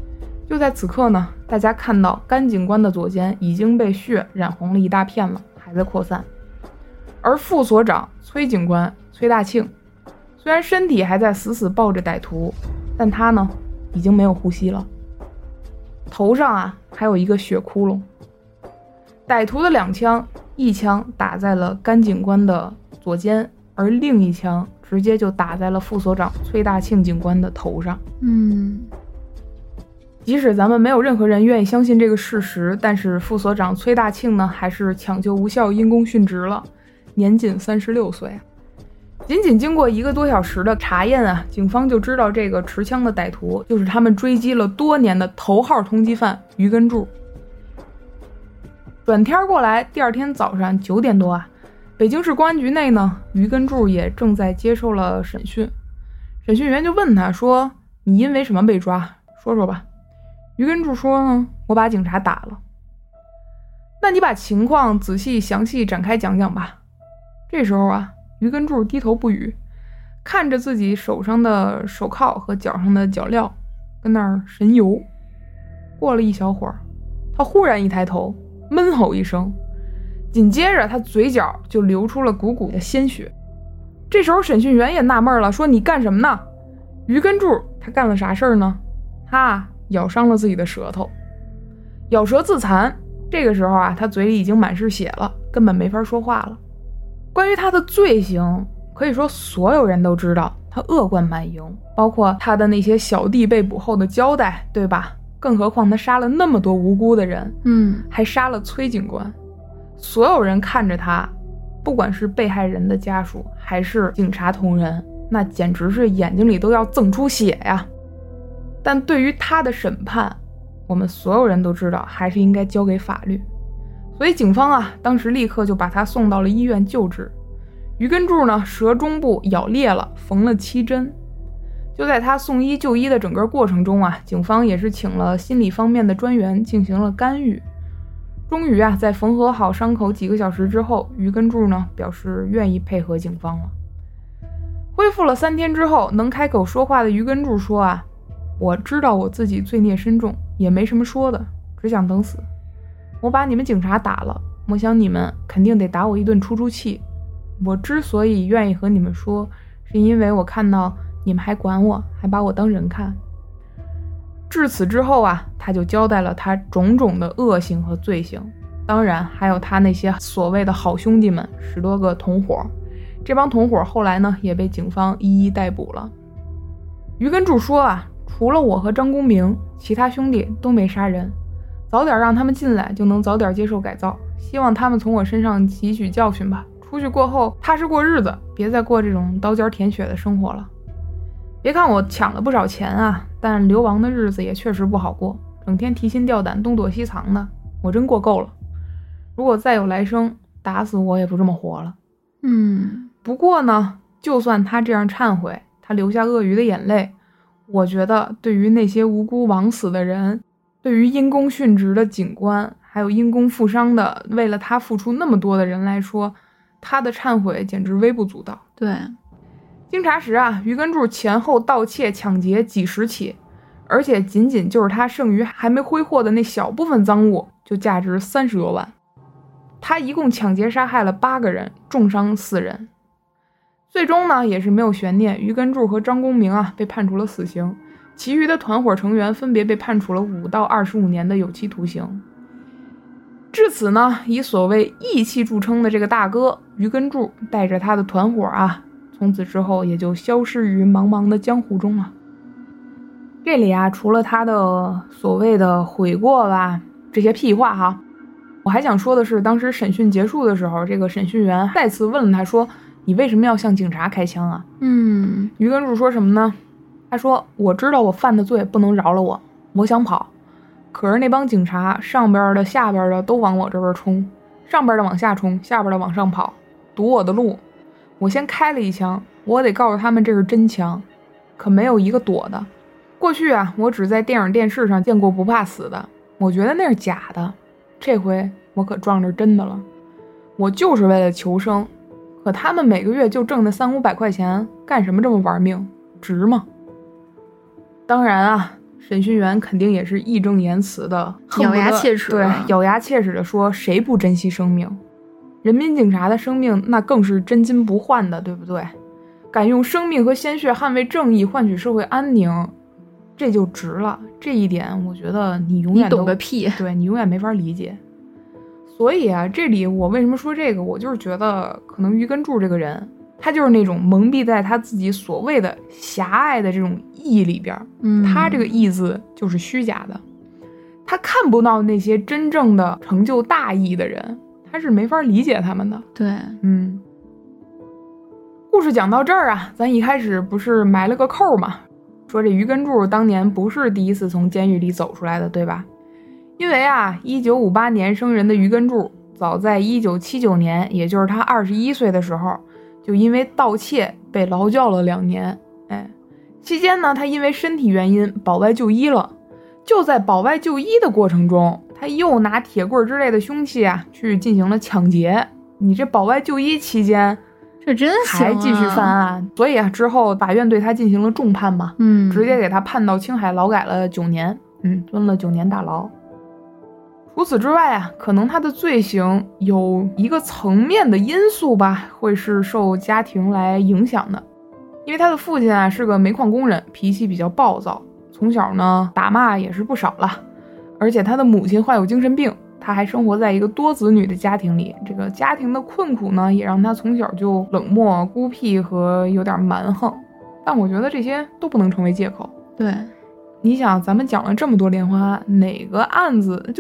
就在此刻呢，大家看到甘警官的左肩已经被血染红了一大片了，还在扩散。而副所长崔警官崔大庆，虽然身体还在死死抱着歹徒，但他呢已经没有呼吸了，头上啊还有一个血窟窿。歹徒的2枪，一枪打在了甘警官的左肩，而另一枪直接就打在了副所长崔大庆警官的头上。即使咱们没有任何人愿意相信这个事实，但是副所长崔大庆呢还是抢救无效因公殉职了，年仅36岁。仅仅经过1个多小时的查验啊，警方就知道这个持枪的歹徒就是他们追击了多年的头号通缉犯于根柱。转天过来，第2天早上9点多啊，北京市公安局内呢，于根柱也正在接受了审讯。审讯员就问他说：“你因为什么被抓？说说吧。”于根柱说呢：“我把警察打了。”那你把情况仔细详细展开讲讲吧。这时候啊，于根柱低头不语，看着自己手上的手铐和脚上的脚镣，跟那儿神游。过了一小会儿，他忽然一抬头，闷吼一声，紧接着他嘴角就流出了汩汩的鲜血。这时候审讯员也纳闷了，说：“你干什么呢？”于根柱他干了啥事儿呢？他咬伤了自己的舌头，咬舌自残。这个时候啊，他嘴里已经满是血了，根本没法说话了。关于他的罪行，可以说所有人都知道，他恶贯满盈，包括他的那些小弟被捕后的交代，对吧？更何况他杀了那么多无辜的人，还杀了崔警官。所有人看着他，不管是被害人的家属还是警察同仁，那简直是眼睛里都要锃出血呀。但对于他的审判，我们所有人都知道还是应该交给法律。所以警方啊，当时立刻就把他送到了医院救治。于根柱呢，舌中部咬裂了，缝了7针。就在他送医就医的整个过程中啊，警方也是请了心理方面的专员进行了干预。终于啊，在缝合好伤口几个小时之后，于根柱呢表示愿意配合警方了。恢复了3天之后，能开口说话的于根柱说啊：“我知道我自己罪孽深重，也没什么说的，只想等死。我把你们警察打了，我想你们肯定得打我一顿出出气。我之所以愿意和你们说，是因为我看到你们还管我，还把我当人看。”至此之后啊，他就交代了他种种的恶行和罪行，当然还有他那些所谓的好兄弟们10多个同伙。这帮同伙后来呢，也被警方一一逮捕了。于根柱说啊，除了我和张公明，其他兄弟都没杀人，早点让他们进来，就能早点接受改造，希望他们从我身上汲取教训吧，出去过后踏实过日子，别再过这种刀尖舔血的生活了。别看我抢了不少钱啊，但流亡的日子也确实不好过，整天提心吊胆东躲西藏的，我真过够了。如果再有来生，打死我也不这么活了。不过呢，就算他这样忏悔，他流下鳄鱼的眼泪，我觉得对于那些无辜枉死的人，对于因公殉职的警官，还有因公负伤的为了他付出那么多的人来说，他的忏悔简直微不足道。 对， 经查实啊，于根柱前后盗窃抢劫几十起，而且仅仅就是他剩余还没挥霍的那小部分赃物就价值30多万。他一共抢劫杀害了8个人，重伤4人。最终呢，也是没有悬念，于根柱和张公明啊被判处了死刑，其余的团伙成员分别被判处了5到25年的有期徒刑。至此呢，以所谓义气著称的这个大哥于根柱带着他的团伙啊，从此之后也就消失于茫茫的江湖中了。这里啊，除了他的所谓的悔过吧这些屁话哈，我还想说的是，当时审讯结束的时候，这个审讯员再次问了他说：“你为什么要向警察开枪啊？”于根柱说什么呢？他说：“我知道我犯的罪不能饶了我，我想跑，可是那帮警察上边的下边的都往我这边冲，上边的往下冲，下边的往上跑，堵我的路。我先开了一枪，我得告诉他们这是真枪，可没有一个躲的。过去啊，我只在电影电视上见过不怕死的，我觉得那是假的，这回我可撞着真的了。我就是为了求生，可他们每个月就挣那300-500块钱，干什么这么玩命，值吗？”当然啊， 审讯员肯定也是义正言辞的， 咬牙切齿， 对，咬牙切齿的说谁不珍惜生命？人民警察的生命那更是真金不换的，对不对？敢用生命和鲜血捍卫正义，换取社会安宁，这就值了。这一点我觉得你永远你懂个屁， 对，你永远没法理解。所以啊，这里我为什么说这个，我就是觉得可能于根柱这个人，他就是那种蒙蔽在他自己所谓的狭隘的这种义里边，他这个义字就是虚假的，他看不到那些真正的成就大义的人，他是没法理解他们的。 对， 故事讲到这儿啊，咱一开始不是埋了个扣嘛，说这于根柱当年不是第一次从监狱里走出来的，对吧？因为啊，1958年生人的于根柱，早在1979年，也就是他21岁的时候，就因为盗窃被劳教了2年。期间呢，他因为身体原因保外就医了。就在保外就医的过程中，他又拿铁棍之类的凶器啊，去进行了抢劫。你这保外就医期间， 这真行啊， 还继续犯案，所以啊，之后法院对他进行了重判嘛，直接给他判到青海劳改了9年，蹲了9年大牢。除此之外啊，可能他的罪行有一个层面的因素吧，会是受家庭来影响的。因为他的父亲啊是个煤矿工人，脾气比较暴躁，从小呢打骂也是不少了。而且他的母亲患有精神病，他还生活在一个多子女的家庭里，这个家庭的困苦呢，也让他从小就冷漠、孤僻和有点蛮横。但我觉得这些都不能成为借口。 对。 你想，咱们讲了这么多连环案，哪个案子就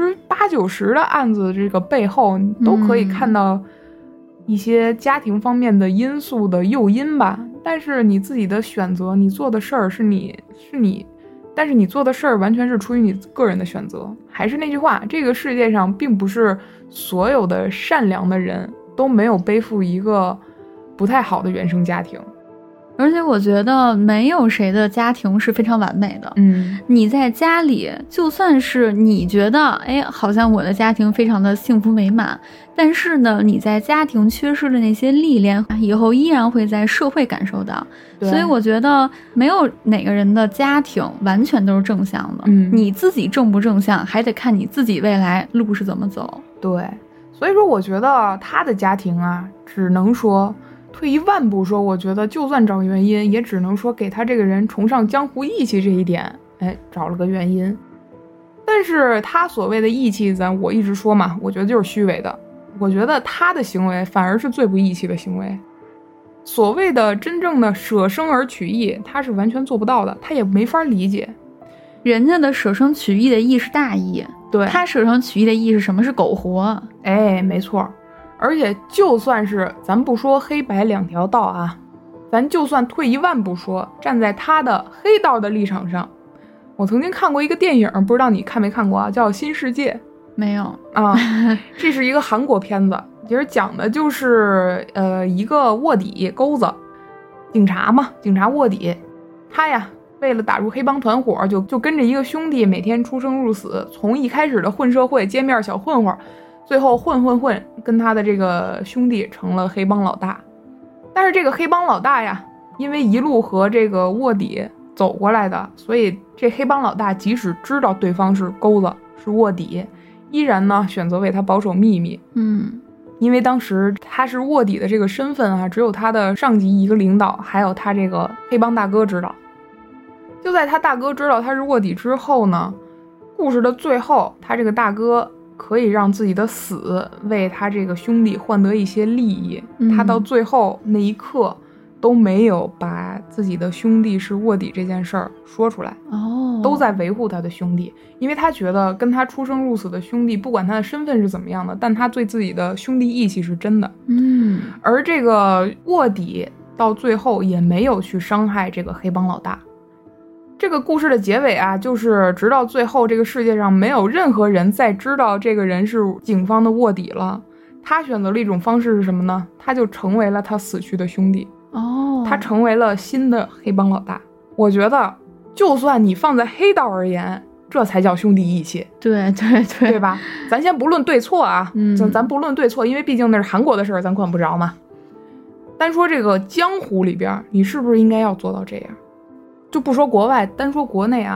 80%-90%的案子，这个背后都可以看到一些家庭方面的因素的诱因吧。但是你自己的选择，你做的事儿是你，但是你做的事儿完全是出于你个人的选择。还是那句话，这个世界上并不是所有的善良的人都没有背负一个不太好的原生家庭。 而且我觉得没有谁的家庭是非常完美的。你在家里，就算是你觉得好像我的家庭非常的幸福美满，但是呢，你在家庭缺失的那些历练，以后依然会在社会感受到。所以我觉得没有哪个人的家庭完全都是正向的。你自己正不正向，还得看你自己未来路是怎么走。 对，所以说我觉得他的家庭啊，只能说退一万步说，我觉得就算找原因，也只能说给他这个人崇尚江湖义气这一点，找了个原因。但是他所谓的义气，我一直说嘛，我觉得就是虚伪的。我觉得他的行为反而是最不义气的行为。所谓的真正的舍生而取义，他是完全做不到的，他也没法理解。 人家的舍生取义的义是大义， 对， 他舍生取义的义是什么？是苟活。 没错。而且就算是咱不说黑白两条道啊，咱就算退一万步说，站在他的黑道的立场上，我曾经看过一个电影，不知道你看没看过啊，叫《新世界》。 没有啊，这是一个韩国片子，其实讲的就是一个卧底钩子，警察嘛，警察卧底，他呀为了打入黑帮团伙，就跟着一个兄弟每天出生入死，从一开始的混社会街面小混混，最后混跟他的这个兄弟成了黑帮老大。但是这个黑帮老大呀，因为一路和这个卧底走过来的，所以这黑帮老大即使知道对方是钩子是卧底，依然呢选择为他保守秘密。因为当时他是卧底的这个身份啊，只有他的上级一个领导还有他这个黑帮大哥知道。就在他大哥知道他是卧底之后呢，故事的最后，他这个大哥可以让自己的死为他这个兄弟换得一些利益。他到最后那一刻都没有把自己的兄弟是卧底这件事儿说出来，都在维护他的兄弟，因为他觉得跟他出生入死的兄弟，不管他的身份是怎么样的，但他对自己的兄弟义气是真的。而这个卧底到最后也没有去伤害这个黑帮老大。这个故事的结尾啊，就是直到最后这个世界上没有任何人再知道这个人是警方的卧底了，他选择了一种方式是什么呢？他就成为了他死去的兄弟。他成为了新的黑帮老大。我觉得就算你放在黑道而言，这才叫兄弟义气。对吧？咱先不论对错啊，咱不论对错，因为毕竟那是韩国的事儿，咱管不着嘛。单说这个江湖里边，你是不是应该要做到这样？就不说国外，单说国内啊，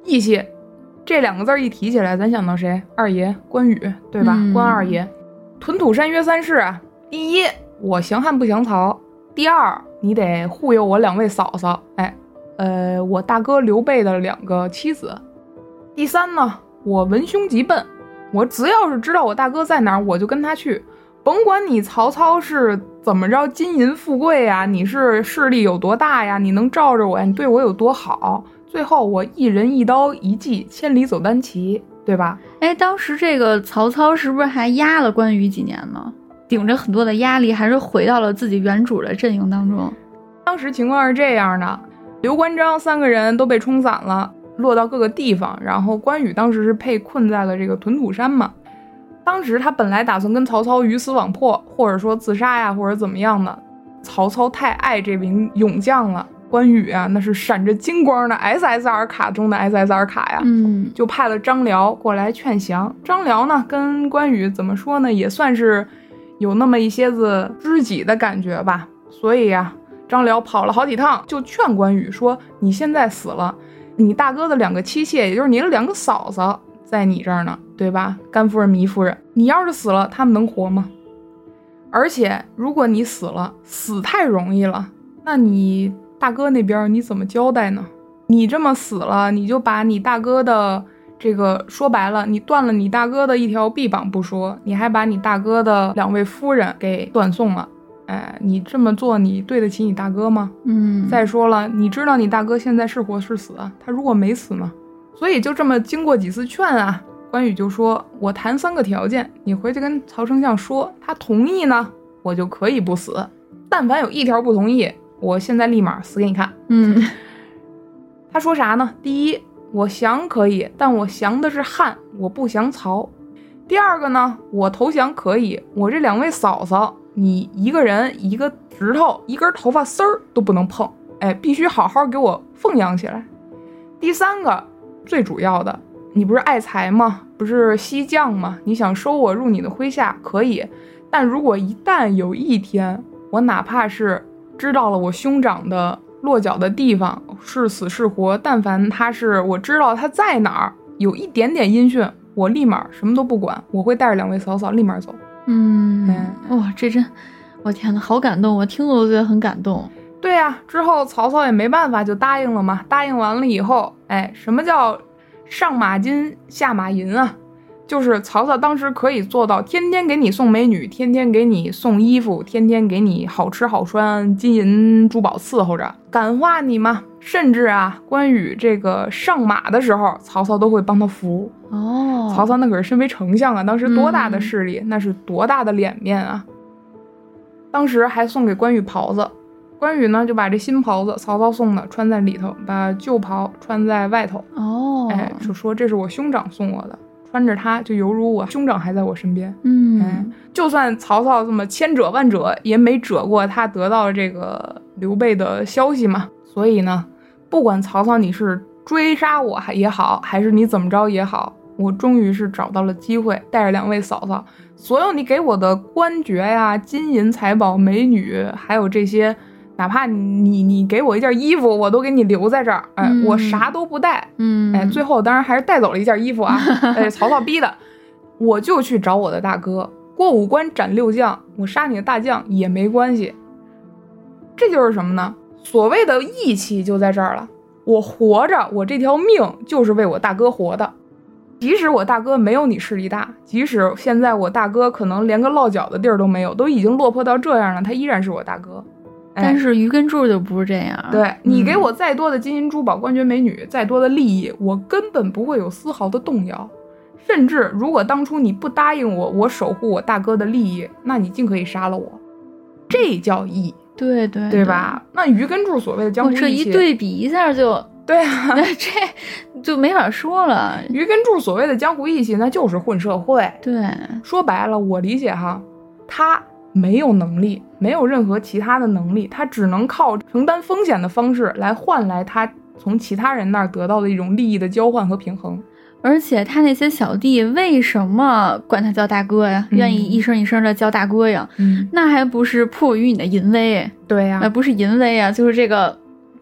义气这2个字一提起来，咱想到谁？二爷关羽，对吧？关二爷。屯土山约3事啊，第一，我降汉不降曹；第二，你得护佑我2位嫂嫂，我大哥刘备的2个妻子；第三呢，我闻凶即奔，我只要是知道我大哥在哪儿，我就跟他去，甭管你曹操是怎么着金银富贵呀，你是势力有多大呀，你能罩着我呀，你对我有多好，最后我一人一刀一计，千里走单骑，对吧？ 当时这个曹操是不是还压了关羽几年呢？顶着很多的压力，还是回到了自己原主的阵营当中。 当时情况是这样的，刘关张3个人都被冲散了，落到各个地方，然后关羽当时是被困在了这个屯土山嘛。当时他本来打算跟曹操鱼死网破，或者说自杀呀，或者怎么样的。曹操太爱这名勇将了，关羽啊，那是闪着金光的 SSR 卡中的 SSR 卡呀，就派了张辽过来劝降。张辽呢，跟关羽怎么说呢，也算是有那么一些子知己的感觉吧。所以呀，张辽跑了好几趟，就劝关羽说：“你现在死了，你大哥的2个妻妾，也就是你的2个嫂嫂，在你这儿呢，对吧？甘夫人、糜夫人，你要是死了，他们能活吗？而且如果你死了，死太容易了，那你大哥那边你怎么交代呢？你这么死了，你就把你大哥的这个说白了，你断了你大哥的一条臂膀不说，你还把你大哥的2位夫人给断送了。你这么做，你对得起你大哥吗？再说了，你知道你大哥现在是活是死啊？他如果没死呢？所以就这么经过几次劝啊，关羽就说：“我谈3个条件，你回去跟曹丞相说，他同意呢，我就可以不死；但凡有1条不同意，我现在立马死给你看。”他说啥呢？第一，我降可以，但我降的是汉，我不降曹。第二个呢，我投降可以，我这2位嫂嫂，你一个人一个指头一根头发丝儿都不能碰，必须好好给我奉养起来。第三个，最主要的，你不是爱财吗？不是西将吗？你想收我入你的麾下可以，但如果一旦有一天我哪怕是知道了我兄长的落脚的地方是死是活，但凡他是我知道他在哪儿，有一点点音讯，我立马什么都不管，我会带着2位嫂嫂立马走。 哇，这真，我天哪，好感动，我听了都觉得很感动。 对啊，之后曹操也没办法，就答应了嘛。答应完了以后，什么叫上马金下马银啊？就是曹操当时可以做到天天给你送美女，天天给你送衣服，天天给你好吃好穿，金银珠宝伺候着，感化你嘛。甚至啊，关羽这个上马的时候，曹操都会帮他扶。曹操那可是身为丞相啊，当时多大的势力，那是多大的脸面啊。当时还送给关羽袍子，关羽呢就把这新袍子曹操送的穿在里头，把旧袍穿在外头。就说这是我兄长送我的，穿着它就犹如我兄长还在我身边。就算曹操这么千折万折，也没折过他得到这个刘备的消息嘛。所以呢，不管曹操你是追杀我也好，还是你怎么着也好，我终于是找到了机会，带着2位嫂嫂，所有你给我的官爵呀、金银财宝、美女，还有这些，哪怕你给我一件衣服，我都给你留在这儿。我啥都不带。最后当然还是带走了一件衣服啊。曹操逼的，我就去找我的大哥，过5关斩6将，我杀你的大将也没关系。这就是什么呢？所谓的义气就在这儿了。我活着，我这条命就是为我大哥活的。即使我大哥没有你势力大，即使现在我大哥可能连个落脚的地儿都没有，都已经落魄到这样了，他依然是我大哥。 但是于根柱就不是这样。 对，你给我再多的金银珠宝、官爵美女，再多的利益，我根本不会有丝毫的动摇。甚至如果当初你不答应我，我守护我大哥的利益，那你尽可以杀了我。这叫义。对吧？那于根柱所谓的江湖义气， 这一对比一下就对啊， 这就没法说了。 于根柱所谓的江湖义气，那就是混社会。 对， 说白了，我理解哈，他没有能力，没有任何其他的能力，他只能靠承担风险的方式来换来他从其他人那儿得到的一种利益的交换和平衡。 而且他那些小弟为什么管他叫大哥呀？愿意一声一声的叫大哥呀？那还不是迫于你的淫威？ 对呀， 不是淫威啊，就是这个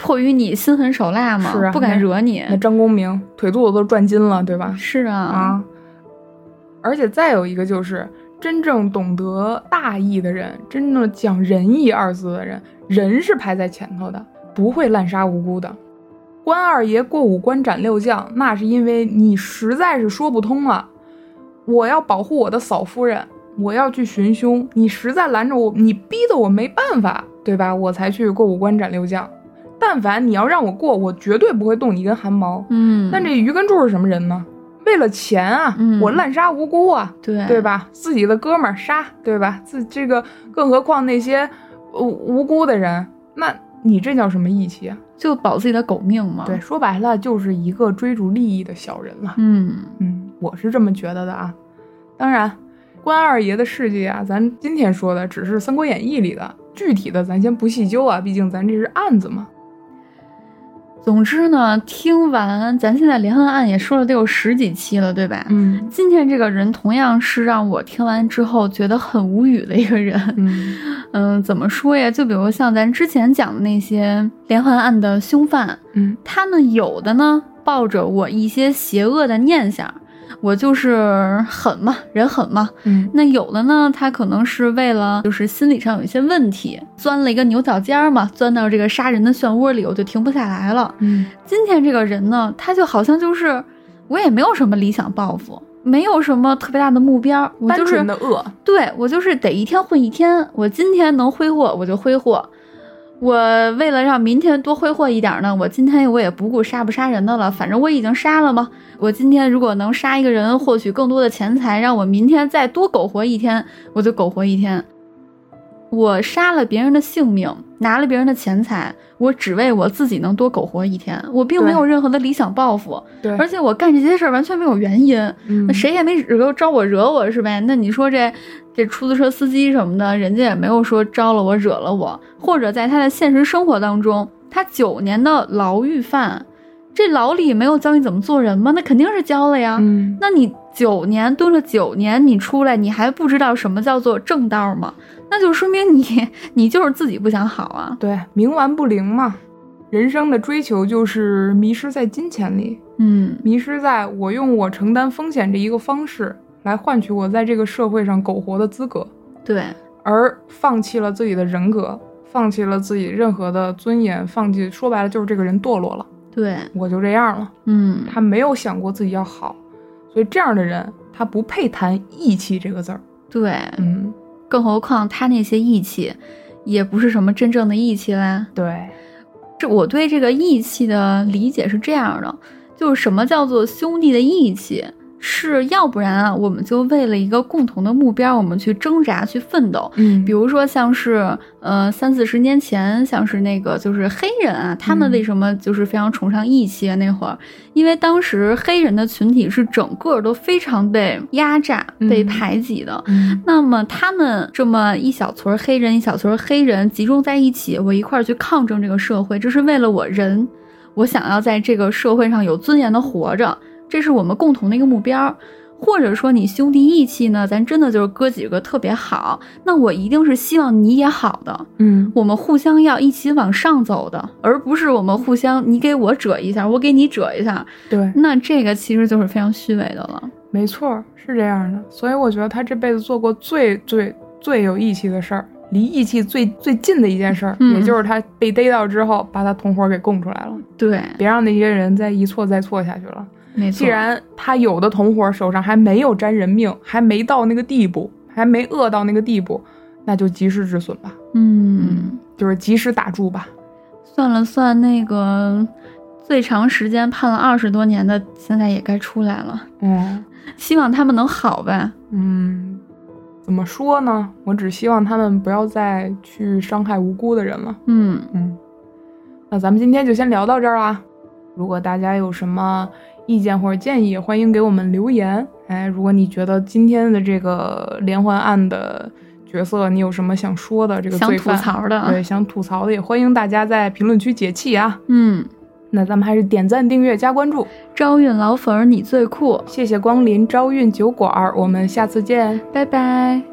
迫于你心狠手辣嘛， 是啊， 不敢惹你。 那张公明腿肚子都转筋了，对吧？ 是啊。 而且再有一个就是真正懂得大义的人，真正讲仁义二字的人，人是排在前头的，不会滥杀无辜的。关二爷过五关斩六将，那是因为你实在是说不通了，我要保护我的嫂夫人，我要去寻凶，你实在拦着我，你逼得我没办法，对吧？我才去过五关斩六将。但凡你要让我过，我绝对不会动你一根汗毛。但这于根柱是什么人呢？为了钱啊，我滥杀无辜啊，对吧？自己的哥们儿杀，对吧？这个更何况那些无辜的人，那你这叫什么义气啊？ 就保自己的狗命嘛。 对，说白了就是一个追逐利益的小人了。我是这么觉得的啊。当然，关二爷的事迹啊，咱今天说的只是《三国演义》里的，具体的咱先不细究啊，毕竟咱这是案子嘛。 总之呢，听完咱现在连环案也说了得有10几期了，对吧？今天这个人同样是让我听完之后觉得很无语的一个人。怎么说呀？就比如像咱之前讲的那些连环案的凶犯，他们有的呢抱着我一些邪恶的念想，我就是狠嘛，人狠嘛。那有的呢，他可能是为了就是心理上有一些问题，钻了一个牛角尖嘛，钻到这个杀人的漩涡里，我就停不下来了。今天这个人呢，他就好像就是我也没有什么理想抱负，没有什么特别大的目标，我就是单纯的恶。 对，我就是得一天混一天，我今天能挥霍我就挥霍。我为了让明天多挥霍一点呢，我今天我也不顾杀不杀人的了，反正我已经杀了嘛。我今天如果能杀一个人，获取更多的钱财，让我明天再多苟活一天，我就苟活一天。我杀了别人的性命，拿了别人的钱财，我只为我自己能多苟活一天，我并没有任何的理想抱负。 对， 而且我干这些事儿完全没有原因。那谁也没招我惹我是呗？那你说这出租车司机什么的，人家也没有说招了我惹了我，或者在他的现实生活当中，他9年的牢狱犯，这牢里没有教你怎么做人吗？那肯定是教了呀。那你9年蹲了9年，你出来你还不知道什么叫做正道吗？那就说明你就是自己不想好啊。 对，冥顽不灵嘛。人生的追求就是迷失在金钱里，迷失在我用我承担风险这一个方式来换取我在这个社会上苟活的资格。 对， 而放弃了自己的人格，放弃了自己任何的尊严，说白了就是这个人堕落了。 对， 我就这样了。他没有想过自己要好，所以这样的人他不配谈义气这个字儿。 对，更何况他那些义气也不是什么真正的义气啦。 对， 我对这个义气的理解是这样的，就是什么叫做兄弟的义气，是要不然啊，我们就为了一个共同的目标，我们去挣扎去奋斗。比如说像是30-40年前，像是那个就是黑人啊，他们为什么就是非常崇尚义气啊？那会儿因为当时黑人的群体是整个都非常被压榨被排挤的，那么他们这么一小撮黑人一小撮黑人集中在一起，我一块儿去抗争这个社会，这是为了我想要在这个社会上有尊严的活着，这是我们共同的一个目标。或者说你兄弟义气呢，咱真的就是哥几个特别好，那我一定是希望你也好的，我们互相要一起往上走的，而不是我们互相你给我折一下，我给你折一下。 对， 那这个其实就是非常虚伪的了。 没错，是这样的。所以我觉得他这辈子做过最有义气的事儿，离义气最近的一件事儿，也就是他被逮到之后把他同伙给供出来了。 对， 别让那些人再一错再错下去了。 没错， 既然他有的同伙手上还没有沾人命，还没到那个地步，还没饿到那个地步，那就及时止损吧。就是及时打住吧。 算了算，那个最长时间判了20多年的，现在也该出来了。希望他们能好吧。 怎么说呢？我只希望他们不要再去伤害无辜的人了。那咱们今天就先聊到这儿啦。如果大家有什么意见或者建议，欢迎给我们留言。如果你觉得今天的这个连环案的角色你有什么想说的，这个罪犯想吐槽的， 对，想吐槽的，也欢迎大家在评论区解气啊。那咱们还是点赞订阅加关注。 招运老粉儿你最酷， 谢谢光临招运酒馆，我们下次见， 拜拜。